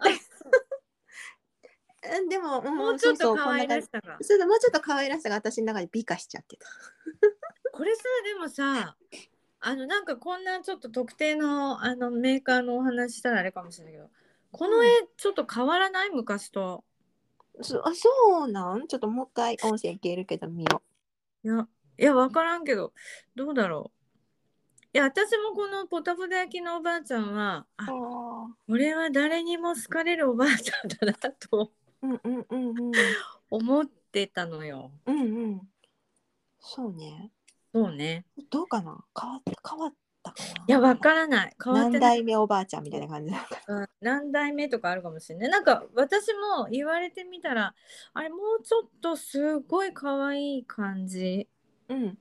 うんでも、うん、 もうちょっとそうそう可愛らこんなしさが。 感じそうだもうちょっと可愛らしさが私の中で美化しちゃってた。 これさでもさあのなんかこんなちょっと特定のあのメーカーのお話したらあれかもしれないけど、この絵ちょっと変わらない？昔と。 そあそうなんちょっともう一回音声いけるけど見よいやいや分からんけどどうだろう。いや私もこのポタポタ焼きのおばあちゃんはう。 ああこれは誰にも好かれるおばあちゃんだなとうんうんうんうん思ってたのよ。 うんうんそうね。 そうね。 どうかな変わった変わったかいやな。 分からない。変わってない。 何代目おばあちゃんみたいな感じだから。 うん何代目とかあるかもしれない。なんか私も言われてみたらあれもうちょっとすごい可愛い感じ。 うん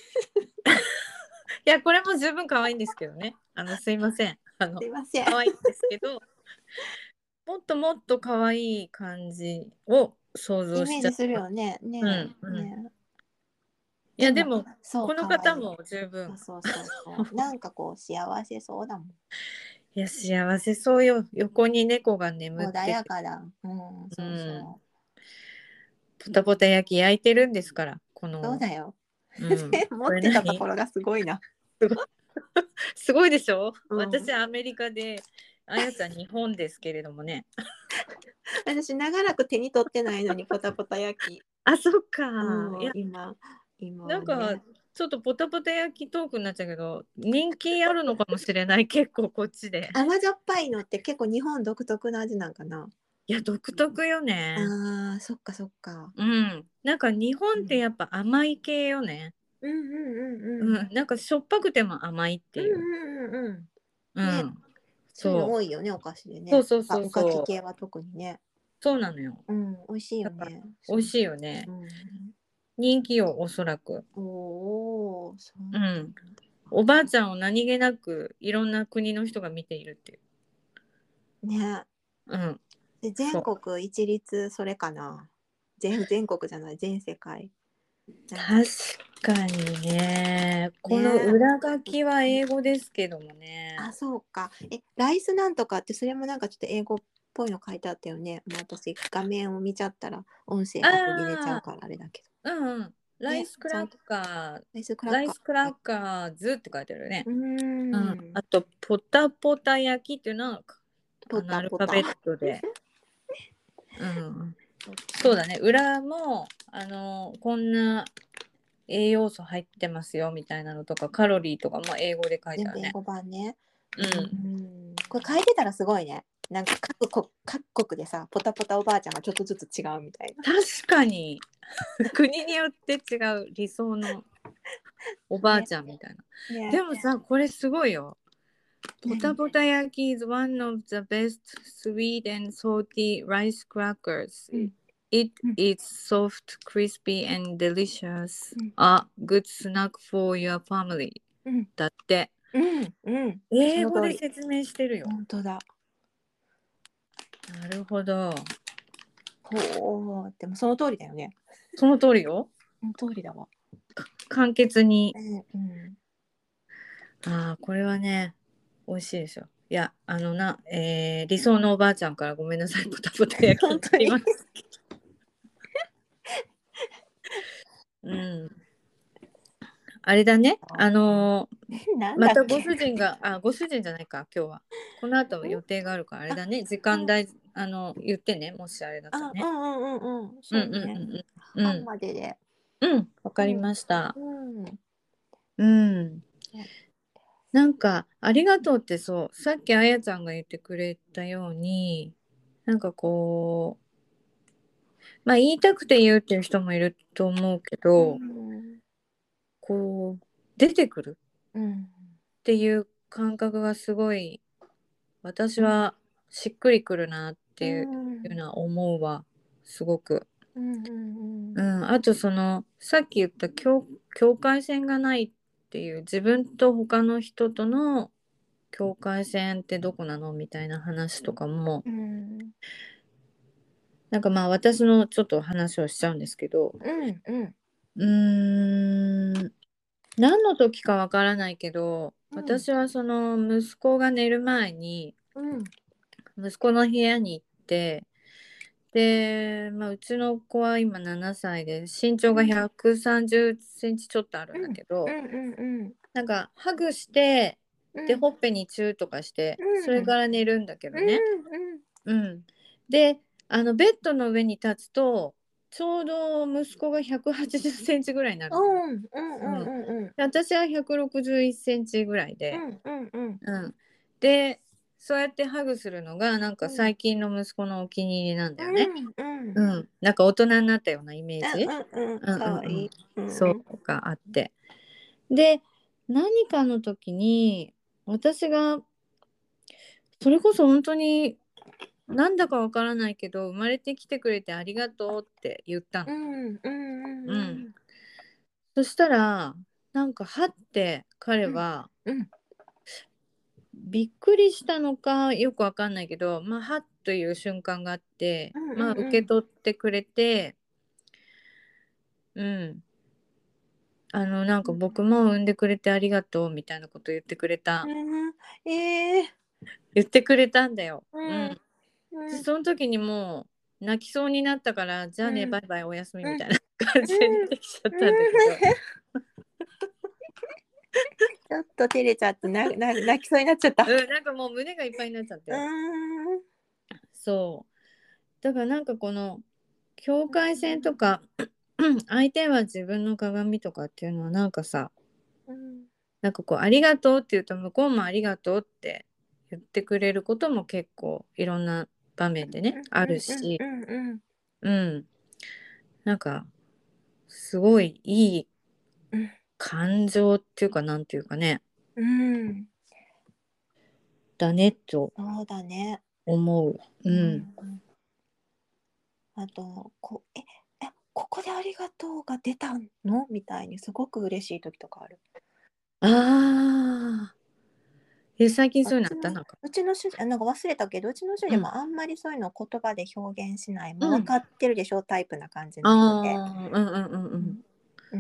いやこれも十分可愛いんですけどね。あのすいません。あのすいません。 可愛いんですけどもっともっと可愛い感じを想像しちゃう。 イメージするよね。ねうんうん。 ね。 いやでもそうこの可愛い。 方も十分。 そうそうそうそう。なんかこう幸せそうだもん。 いや幸せそうよ。横に猫が眠って穏て、 やかだ。うん、そううんそう。 ポタポタ焼き焼いてるんですからこの、 そうだよ。 うん、 持これってたと何ころがすごいな。 すごいでしょ、 うん私アメリカであやちゃん日本ですけれどもね。 私長らく手に取ってないのにポタポタ焼き。 あそっか、いやうん、今今はなんかね。 ちょっとポタポタ焼きトークになっちゃうけど人気あるのかもしれない結構こっちで。 甘じょっぱいのって結構日本独特の味なんかな。 いや独特よね。 あーそっかそっか。 うんなんか日本ってやっぱ甘い系よね。 うんうんうんうん。 うんなんかしょっぱくても甘いっていう。 うんうんうんうん。ね、 うんそういうのそう多いよね、お菓子でね。 そうそうそうあおかきそう系は特にね。 そうなのよ。 うん、美味しいよだからね。 美味しいよね。 うん。 人気よおそらく。 おお、そううん。おばあちゃんを何気なくいろんな国の人が見ているっていう。 ね。 うん。 で、全そう。 国一律それかな。全全国じゃない、全世界。なんか確かにね。このね。 裏書きは英語ですけどもね。 あ、そうか。え、ライスなんとかってそれもなんかちょっと英語っぽいの書いてあったよね。もう私画面を見ちゃったら音声が途切れちゃうあからあれだけあ、うんうん。 ど。 ライね、 スクラッちゃんとカー、 ライスクラッライカー。 スクラッカーズって書いてあるよね。 うーうん。 ん。 あと、ポタポタ焼きっていうのは、 ポあの、アタポタ。 ルファベットで。うん。そうだね。裏も、あの、こんな栄養素入ってますよみたいなのとか、カロリーとかも英語で書いてあるね。 全部英語版ね。 うん。 うん。これ書いてたらすごいね。なんか各国各国でさ、ポタポタおばあちゃんがちょっとずつ違うみたいな。 確かに、国によって違う理想のおばあちゃんみたいな。 ね。 でもさ、これすごいよ。ポタ何ポタ焼き is one of the best sweet and salty rice crackers. うん It うん is soft, crispy, and delicious. うん A good snack for your family. うんだって。 うんうんそ英語の通り。 で説明してるよ。 本当だ。 なるほど。 ほう。でもその通りだよね。 その通りよ。 その通りだわ。 簡潔に。 えーうんああ、これはね、美味しいですよ。いや、あのな、えー理想のおばあちゃんからごめんなさい、ポタポタ焼き本当にいます。うん。あれだね、あのーまたなんだっけ。 ご主人が、あ、ご主人じゃないか、今日は。この後予定があるから、あれだね、時間大、あの、言ってね、もしあれだったらあ、うね。 んうんうんうん。 うそうんうんね。 うんうん。う半ん、 までで。 うん、わかりました。 うん。うんうん。なんか、ありがとうってそう、さっきあやちゃんが言ってくれたように、なんかこう、まあ言いたくて言うっていう人もいると思うけうど、 んこう、出てくるうんっていう感覚がすごい、私はしっくりくるなってういうんのは思うわ、すごく。 うんうんうん、あとその、さっき言った境、境界線がないっていう、自分と他の人との境界線ってどこなのみたいな話とかも、 うんなんかまあ私のちょっと話をしちゃうんですけど、 うんうんうーん何の時かわからないけど、 うん私はその息子が寝る前にうん息子の部屋に行って、で、まあ、うちの子は今ななさいで身長がひゃくさんじゅっセンチちょっとあるんだけど、 うんうんなんかハグしてでうんほっぺにチューとかしてそれうんから寝るんだけうどね。 んうん、であのベッドの上に立つとちょうど息子がひゃくはちじゅっセンチぐらいになるのね。 うんうんうんうん、 うんうんで私はひゃくろくじゅういっセンチぐらいで、 うんうんうんうん、でそうやってハグするのがなんかうん最近の息子のお気に入りなんだよね。 うんうんうん、なんか大人になったようなイメージ、 うんうんうんうんうん、 かわいい。うんそうがあって、で何かの時に私がそれこそ本当になんだかわからないけど生まれてきてくれてありがとうって言ったの。 うんうんうん、 うんそしたらなんかはって彼うんはうんびっくりしたのかよくわかんないけど、まあ、はっという瞬間があって、 うんまあ、受うんけ取ってくれて、うん、あのなんか僕も産んでくれてありがとうみたいなこと言ってくれたうんええ言ってくれたんだよ。うん、 うんうんでその時にもう泣きそうになったからじゃあねうんバイバイおやすみうんみたいな感じで出てきちゃっうんたんだけど、 ちょっと照れちゃってなな泣きそうになっちゃった。 うん、なんかもう胸がいっぱいになっちゃっうて、 んそうだからなんかこの境界線とか相手は自分の鏡とかっていうのはなんかさ、 うんなんかこうありがとうって言うと向こうもありがとうって言ってくれることも結構いろんな場面でねあるし、 うんうんうん、なんかすごいいいうん感情っていうかなんていうかねうんだねとそうだね。 思う。 ううん、 んあとこええここでありがとうが出たのみたいにすごく嬉しい時とかある。 あーえ最近そういうのあうちのったなんか。 うちの主人あなんか忘れたけどうちの主うん人もあんまりそういうのを言葉で表現しない、もううん分かってるでしょタイプな感じの人で、 あーうんうんうんうんうん、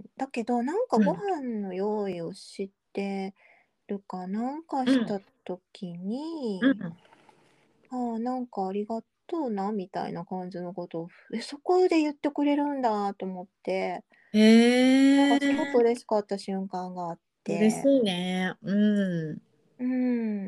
だけどなんかごうん飯の用意をしてるかなんかうんした時に、 うんああなんかありがとうなみたいな感じのことをえそこで言ってくれるんだと思って、なんへえかすごく嬉しかった瞬間があって。 嬉しいね。うんうん。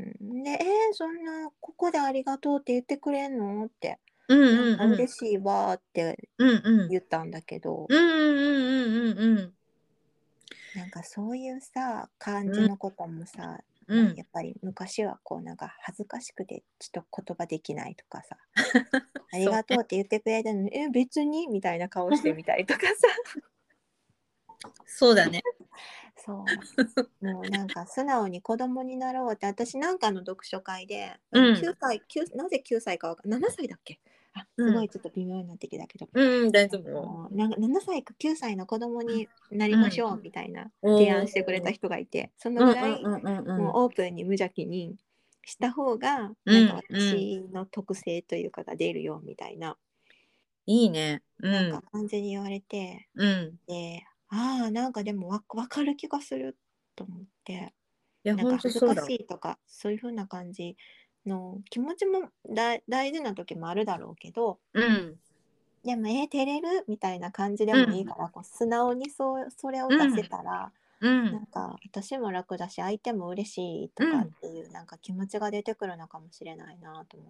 で、えー、そんな、ここでありがとうって言ってくれんのって、 うんなんかうんうん嬉しいわーってうんうん言ったんだけど、 うんうんうんうんうんなんかそういうさ、感じうんのこともさ、まあ、 うんやっぱり昔はこうなんか恥ずかしくてちょっと言葉できないとかさ、ありそうね。 がとうって言ってくれたのに、え、別にみたいな顔してみたりとかさ、 そうだね。 そう。もうなんか素直に子供になろうって、私なんかの読書会で、あのうんきゅうさい、きゅうなぜきゅうさいかわかんななさいだっけあ、 うんすごいちょっと微妙になってきたけど、 うん大あ丈夫よ。 のなんかななさいかきゅうさいの子供になりうんましょうみたいな提お案してくれたー人がいて、そのうんうぐらいんうんうんうんもうオープンに無邪気にした方が、なんかうんうん私の特性というかが出るよみたいな、 いいね。うなんかん感じに言われて、 うんで、ああ、なんかでもわわかる気がすると思って。 いやほんとなんか恥ずかそうだわ。 しいとかそういう風な感じの気持ちもだ大事な時もあるだろうけど、 うんでもえー、照れるみたいな感じでもいいうんからこう素直にそうそれを出せうんたら、 うんなんか私も楽だし相手も嬉しいとかっうんていうなんか気持ちが出てくるのかもしれないなと思って。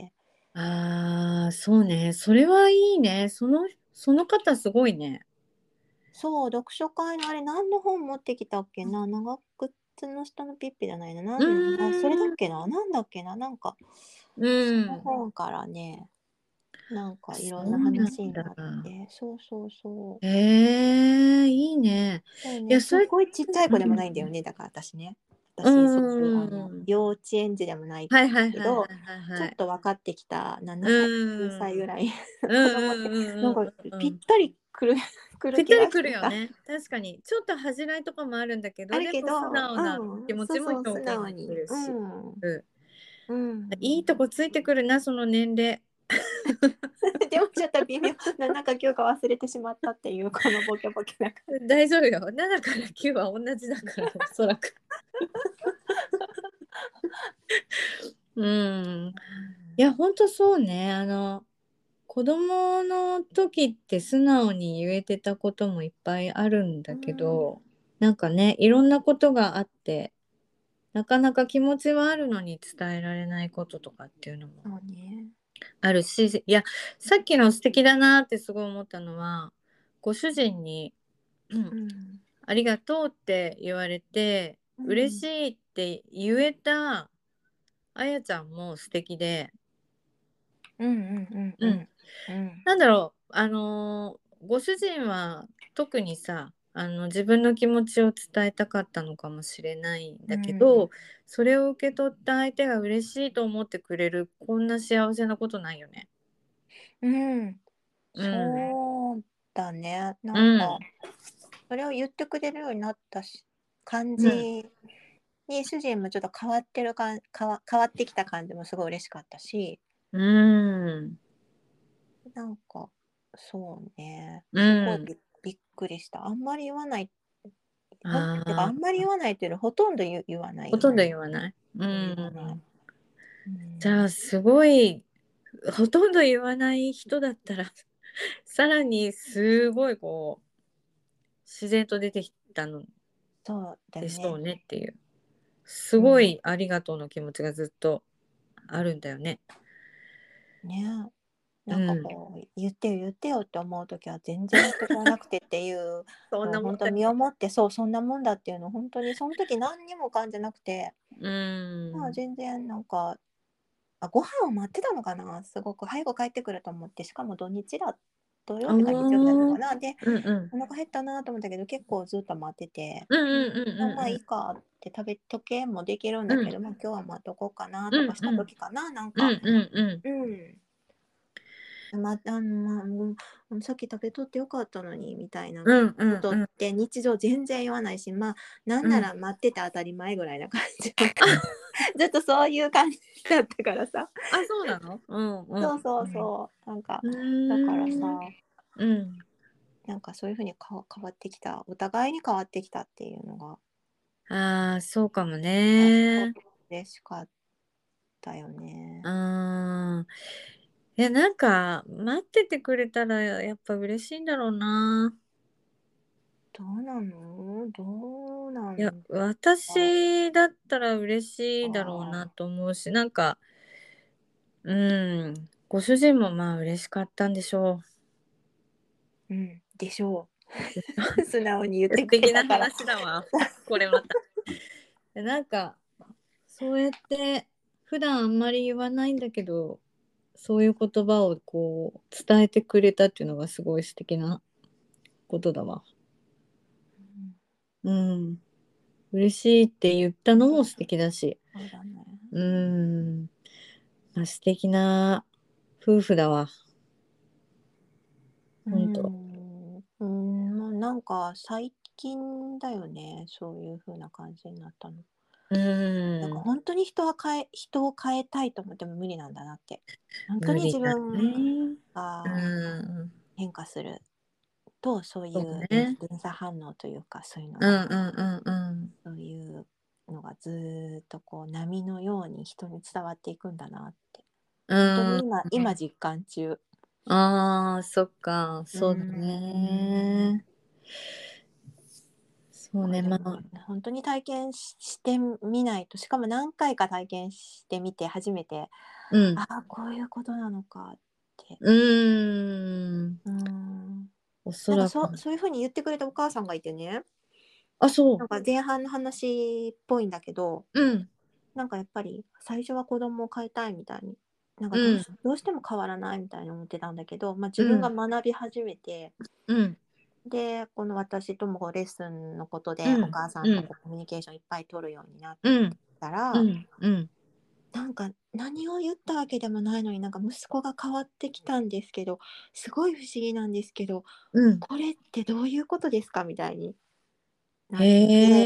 ああそうねそれはいいね。そのその方すごいね。 そう読書会のあれ何の本持ってきたっけな、長靴の下のピッピじゃないな、なうんなそれだっーんけな、なんだっけな、なんかうそのん本からねなんかいろんなそうなん話になっだ。 て、そうそうそう。 へえ、いいね。 そうね、 いや、それ、 すっごいちっちゃい子でもうん、 ないんだよね、だから私ね。 う私、そういうあのん、 幼稚園児でもないはいはいはいはいけど、ちょっはいはい。 と分かってきたななさい、9 うん、うん、 歳ぐらいのう子供って、なんん、うん、 かうん、うん。 ぴったりくる来ぴったりる気がしてた。 くるよね。確かにちょっと恥じらいとかもあるんだけど、 あるけど、 でも素直な気うん、 持ちもそうそう、素表現でき直に。うるし、 ん。 うん、 うん。 いいとこついてくるな、その年齢。 でもちょっと微妙な、なんか今日が忘れてしまったっていうこのボケボケな感じ。 大丈夫よ。ななからきゅうは同じだから、おそらく。うん。いや、ほんとそうね。あの、子供の時って素直に言えてたこともいっぱいあるんだけうん、 ど、なんかね、いろんなことがあって、なかなか気持ちはあるのに伝えられないこととかっていうのもそうね。 あるし、いや、さっきの素敵だなってすごい思ったのは、ご主人に、うん、 うん。 ありがとうって言われて、 うん。 嬉しいって言えたあやちゃんも素敵で、 うんうんううん、 んうん。 なんだろう、あのーご主人は特にさ、あの自分の気持ちを伝えたかったのかもしれないんうだけん。 ど、それを受け取った相手が嬉しいと思ってくれる、こんな幸せなことないよね。 うん。 うん、 そうだね。 うなんか、 ん、 それを言ってくれるようになったし感うん、 じに、主人もちょっと変わってるかん変わ変わってきた感じもすごい嬉しかったし、 うん、 なんか、そうね、 うすごいん。 びびっくりした。あんまり言わない、ほんてかあんあまり言わないっていうよりほとんど言言わない。 ほとんど言わない。う言わない。 ん。 うじゃあ、 ん。 すごい、ほとんど言わない人だったら、さらにすごいこう、自然と出てきたのそうだでしょうね。 ねっていう。すうん。 ごいありがとうの気持ちがずっとあるんだよね。 ね。なんかうん。 こう、言ってよ言ってよって思う時は全然言ってくれなくてっていうそんなのを本当もんだよ。 身をもって、そう、そんなもんだっていうのを本当にその時何にも感じなくて、 うまあ、 ん。 全然なんか、あ、ご飯を待ってたのかな、すごく早く帰ってくると思って、しかも土日だ土ああ、 曜日か日曜日だったのかな。で、 うんうん。 お腹減ったなと思ったけど、結構ずっと待ってて、 うんうん、 うんうんあ、まあうんいいかって食べ時計もできるんうん。 だけど、まあ、今日は待っとこうかなうとかしたんうん時かな、なんか、 うんうんうん。 うん。ま、あの、まあ、もう、さっき食べとってよかったのにみたいなうんうんことっうん。 て日常全然言わないし、まあ、なんうん。 なら待ってて当たり前ぐらいな感じなんか、ずっとそういう感じだったからさ。 あ、そうなの？うんうんそうそううん。 そう。なんか、 うだからさ、 ーん。うん。 なんかそういう風にかわ変わってきた、お互いに変わってきたっていうのが、 ああ、そうかもあ、すごくね。 嬉しかったよね。 うーん。いや、なんか、待っててくれたらやっぱ嬉しいんだろうな。 どうなの？どうないや、 んだ私だったら嬉しいだろうなか。 と思うし、なんか、うん、ご主人もまあ嬉しかったんでしょうん、でしょう。 う。素直に言っ素てくれ敵なたから。 話だわ。これまた。でなんか、そうやって普段あんまり言わないんだけど、そういう言葉をこう伝えてくれたっていうのがすごい素敵なことだわ。 うん、 うん。嬉しいって言ったのも素敵だし。 そうだね。 うん。まあ、素敵な夫婦だわ。 うほんと。 ん、うん、もうなんか最近だよね、そういう風な感じになったの。 うなんかん。 本当に人は変え人を変えたいと思っても無理なんだなって。本当に自無理だ分ね。うがん。 変化すると、そういそうう連ね。 連鎖反応というか、そういうのうんがうんうんそういうのがずーっとこう波のように人に伝わっていくんだなって、 うん。 本当に今うん。 今実感中。 ああ、そっか。 うそうだん。 ね。そうね。 これでもまあ、 本当に体験ししてみないと、しかも何回か体験してみて初めて、 うん。 ああ、こういうことなのかって。 うーん。 うん。 おそなんからく。 そうそういう風に言ってくれたお母さんがいてね、 あ、そなんか前半の話っぽいんだけど、 う。うん。 なんかやっぱり最初は子供を飼いたいみたいに、なんかうどうしん。 どうしても変わらないみたいに思ってたんだけど、まあ、自分がうん。 学び始めて、 うん。 で、この私ともこうレッスンのことでおうん。 母さんうん。 とこうコミュニケーションいっぱい取るようになっうん。 たら、 うん。うん。 なんか何を言ったわけでもないのになんか息子が変わってきたんですけど、すごい不思議なんですけど、 うん。 これってどういうことですかみたいになって、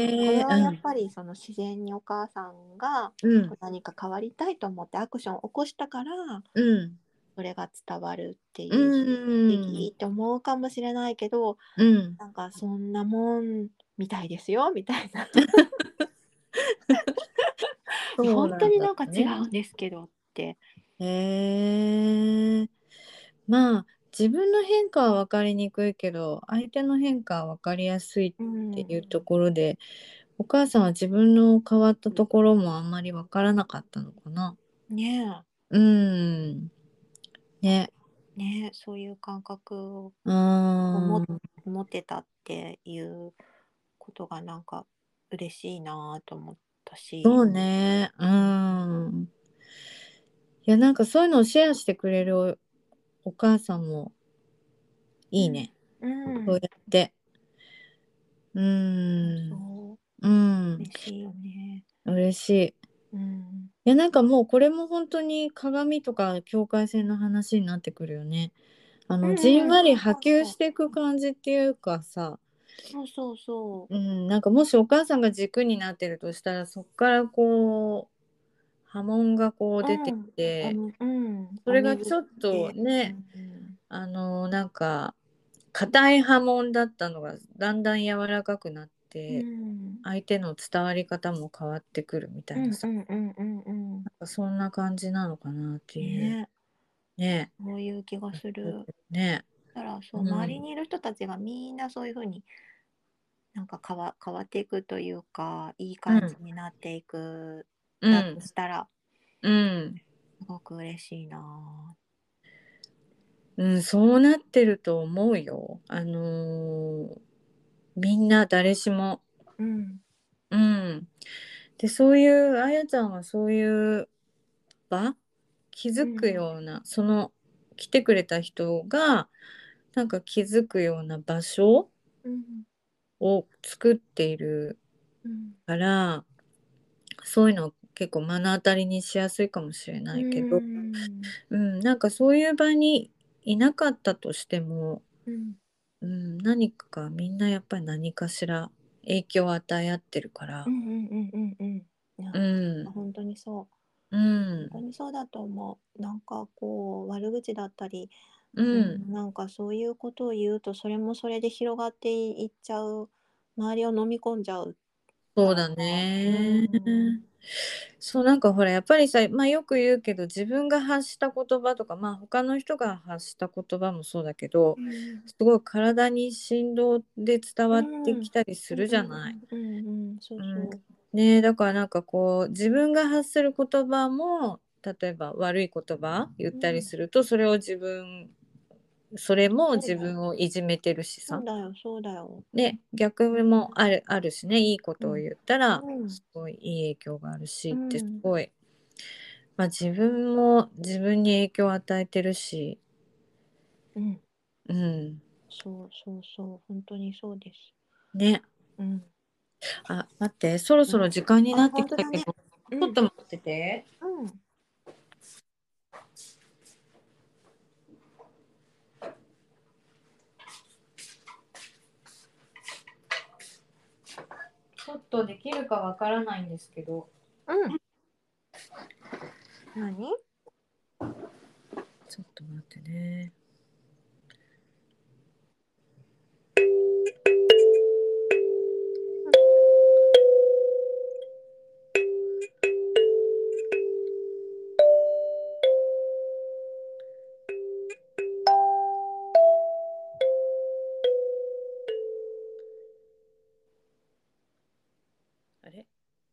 これへえ、 はやっうん、 ぱりその自然にお母さんがうん、 こう何か変わりたいと思ってアクションを起こしたから、 うん、 それが伝わるってういう不思ん、 議って思うかもしれないけど、 うん。 なんかそんなもんみたいですよみたいな。 そうなん本当になんかだね。 違うんですけどって。 へえ。まあ、自分の変化は分かりにくいけど、相手の変化は分かりやすいっうん。 ていうところで、お母さんは自分の変わったところもあんまり分からなかったのかな。 ねうん。ね。 え、ねえ、そういう感覚をうー持ん。 持ってたっていうことがなんか嬉しいなと思ったし。 そうね。うん。いや、なんかそういうのをシェアしてくれるお、お母さんもうん。 いいね。 うん。 そうやって。うそうーん。 そう。 うん。 嬉しいよね。 嬉しい。 うん。 いや、なんかもうこれも本当に鏡とか境界線の話になってくるよね。あの、じうんうん、 んわりそう波及そうそう。 していく感じっていうかさ、 そうそうそうん、なんかもしお母さんが軸になってるとしたら、そっからこう、波紋がこうう。 出てきうん。おて、 みうん。 そお水れがちょっとで、うね、 ん。 あの、なんか、硬い波紋だったのがだんだん柔らかくなっうて、 ん。 相手の伝わり方も変わってくるみたうんういなさ、 んうんうんうん。 なんかそんな感じなのかなっていう。 ねえ、 ね。 そういう気がする。 ね。 だからそう、 うん。 周りにいる人たちがみんなそういう風になんか変わ変わっていくというか、いいうん。 感じになっていくだとうん。 したら、 うん。 すごく嬉しいな。 うん、そうなってると思うよ。あのーみんな誰しも。 うん。 うん。で、そういう、あやちゃんはそういう場、気づくうん。 ような、その来てくれた人が、なんか気づくような場所うん。 を作っているうん。 から、そういうのを結構目の当たりにしやすいかもしれうないけど、 ん。 うん、なんかそういう場にいなかったとしても、 うん。 うん、何かみんなやっぱり何かしら影響を与え合ってるから、 うんうんうんうんうん。いや、 うん、 本当にそう。 う本当ん、 にそうだと思う。なんかこう、悪口だったり、 うん、 うん、なんかそういうことを言うと、それもそれで広がっていっちゃう、周りを飲み込んじゃうから、 そうだうね。 ん、 そうなんかほらやっぱりさ、まあよく言うけど自分が発した言葉とかまあ他の人が発した言葉もそうだけど、 うん、 すごい体に振動で伝うわってん、うん、 きたりするじゃうん、 ない。 うん、うん、そううん、 そねえ、だからなんかこう自分が発する言葉も例えば悪い言葉言っう。うたりん、 するとそれを自分それも自そうだよ。 分をいじめてるしさ、 そうだよ、そうだよ。 ね、逆うん、 もある、あるしね、いいこうん、 とを言ったらうん、 すごいいい影響があるしってすうん、 ごい、まあ、自分も自分に影響を与えてるし、 うん、 うん、 そうそうそう、本当にそうです。 ね。 うん、 あ、待って、そろうん。 そろ時間になあ、 って本当だね。 きたけど、ちうん、 ょっと待ってて。 うん。 ちょっとできるかわからないんですけど、 うん。何？ ちょっと待ってね。あれ、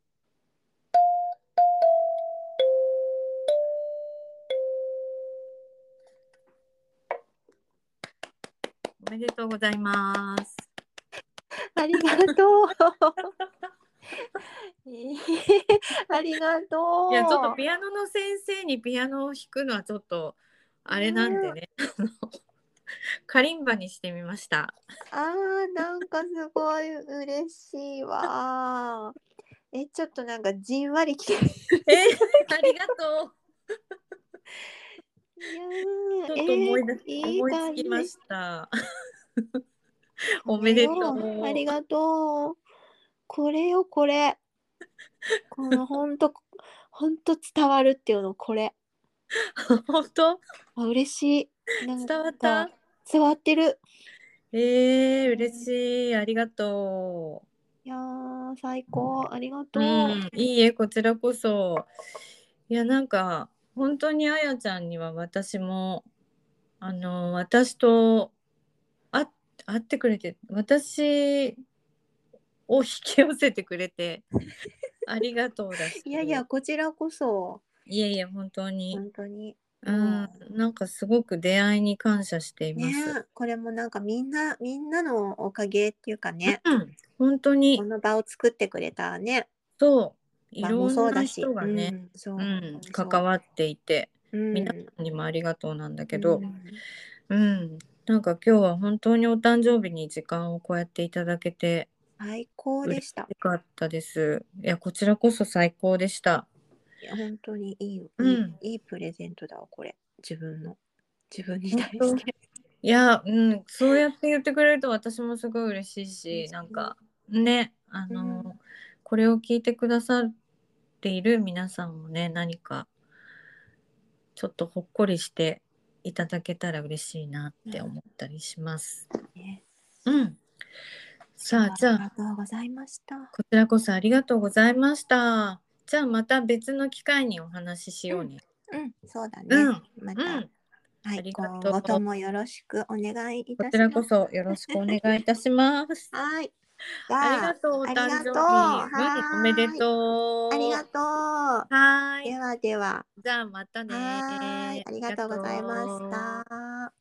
おめでとうございます。 ありがとう。えーありがいや、ちょっととピアノの先生にピアノを弾くのはちょっとう。 あれなんでね、 ね、あのカリンバにしてみました。 あー、なんかすごい嬉しいわ。 え、ちょっとなんかじんわりきてる。 えありがとう。 いやちょっとー、えー、 思い出いい思いつ感じ。 きました。 こおめでれよ。あとう。 りがとう。これよ、これ。このほんと、ほんと伝わるっていうの、これ。 本当？ あ、嬉しい。なん伝わっか、 た？ 伝わってる。 えー、嬉うん、 しい。ありがといやー、最高。ありがう。うとん、いいえ、こちらこそ。いや、なんか、本当にあやちゃんには私も、あの、私と会っ、会ってくれて、私を引き寄せてくれて、ありがとうだし、 う。いやいや、こちらこそ、 いえいえ、本当に、 本当に、 うん、 もなんかすごく出会いに感謝していう、 ます。 ね、これもなんかみんな、みんなのおかげっていうかね、 うん、本当に、 この場を作ってくれたね、 そう、い場もろんなそうだし、 人がね、 うん、そう、本当うん、 にそ関わっていて、 う。 皆うん、 さんにもありがとうなんだうけど、 ん。 うん、なんか今日は本当にお誕生日に時間をこうやっていただけて最高で嬉した。 しかったです。いや、こちらこそ最高でした。 いや、本当にいい、いい、 うん、 いいプレゼントだわ、これ。自分の、自分に本当。 対して。 いや、うん、そうやって言ってくれると私もすごい嬉しいし、 嬉しい。 なんかね、あうん、 の、これを聞いてくださっている皆さんもね、何かちょっとほっこりしていただけたら嬉しいなって思ったりします。 ね、 うん。さあ、 今日はありじゃあ、 がとうございました。 こちらこそありがとうございました。じゃあ、また別の機会にお話ししうん、 ようね。 うん、そうだね。 うん。 また、 うん。 はい、 ありが今とう。 後ともよろしくお願いいこちらこたします。 そよろしくお願いいたします。 はい。じありゃあ、 がとう、おあり誕がとう。 生日。うん、おめではーい。ありがとう。 とう。 はーい。 ではでは。 じゃあ、またね。 はーい。ありありががとうございましとう。 た。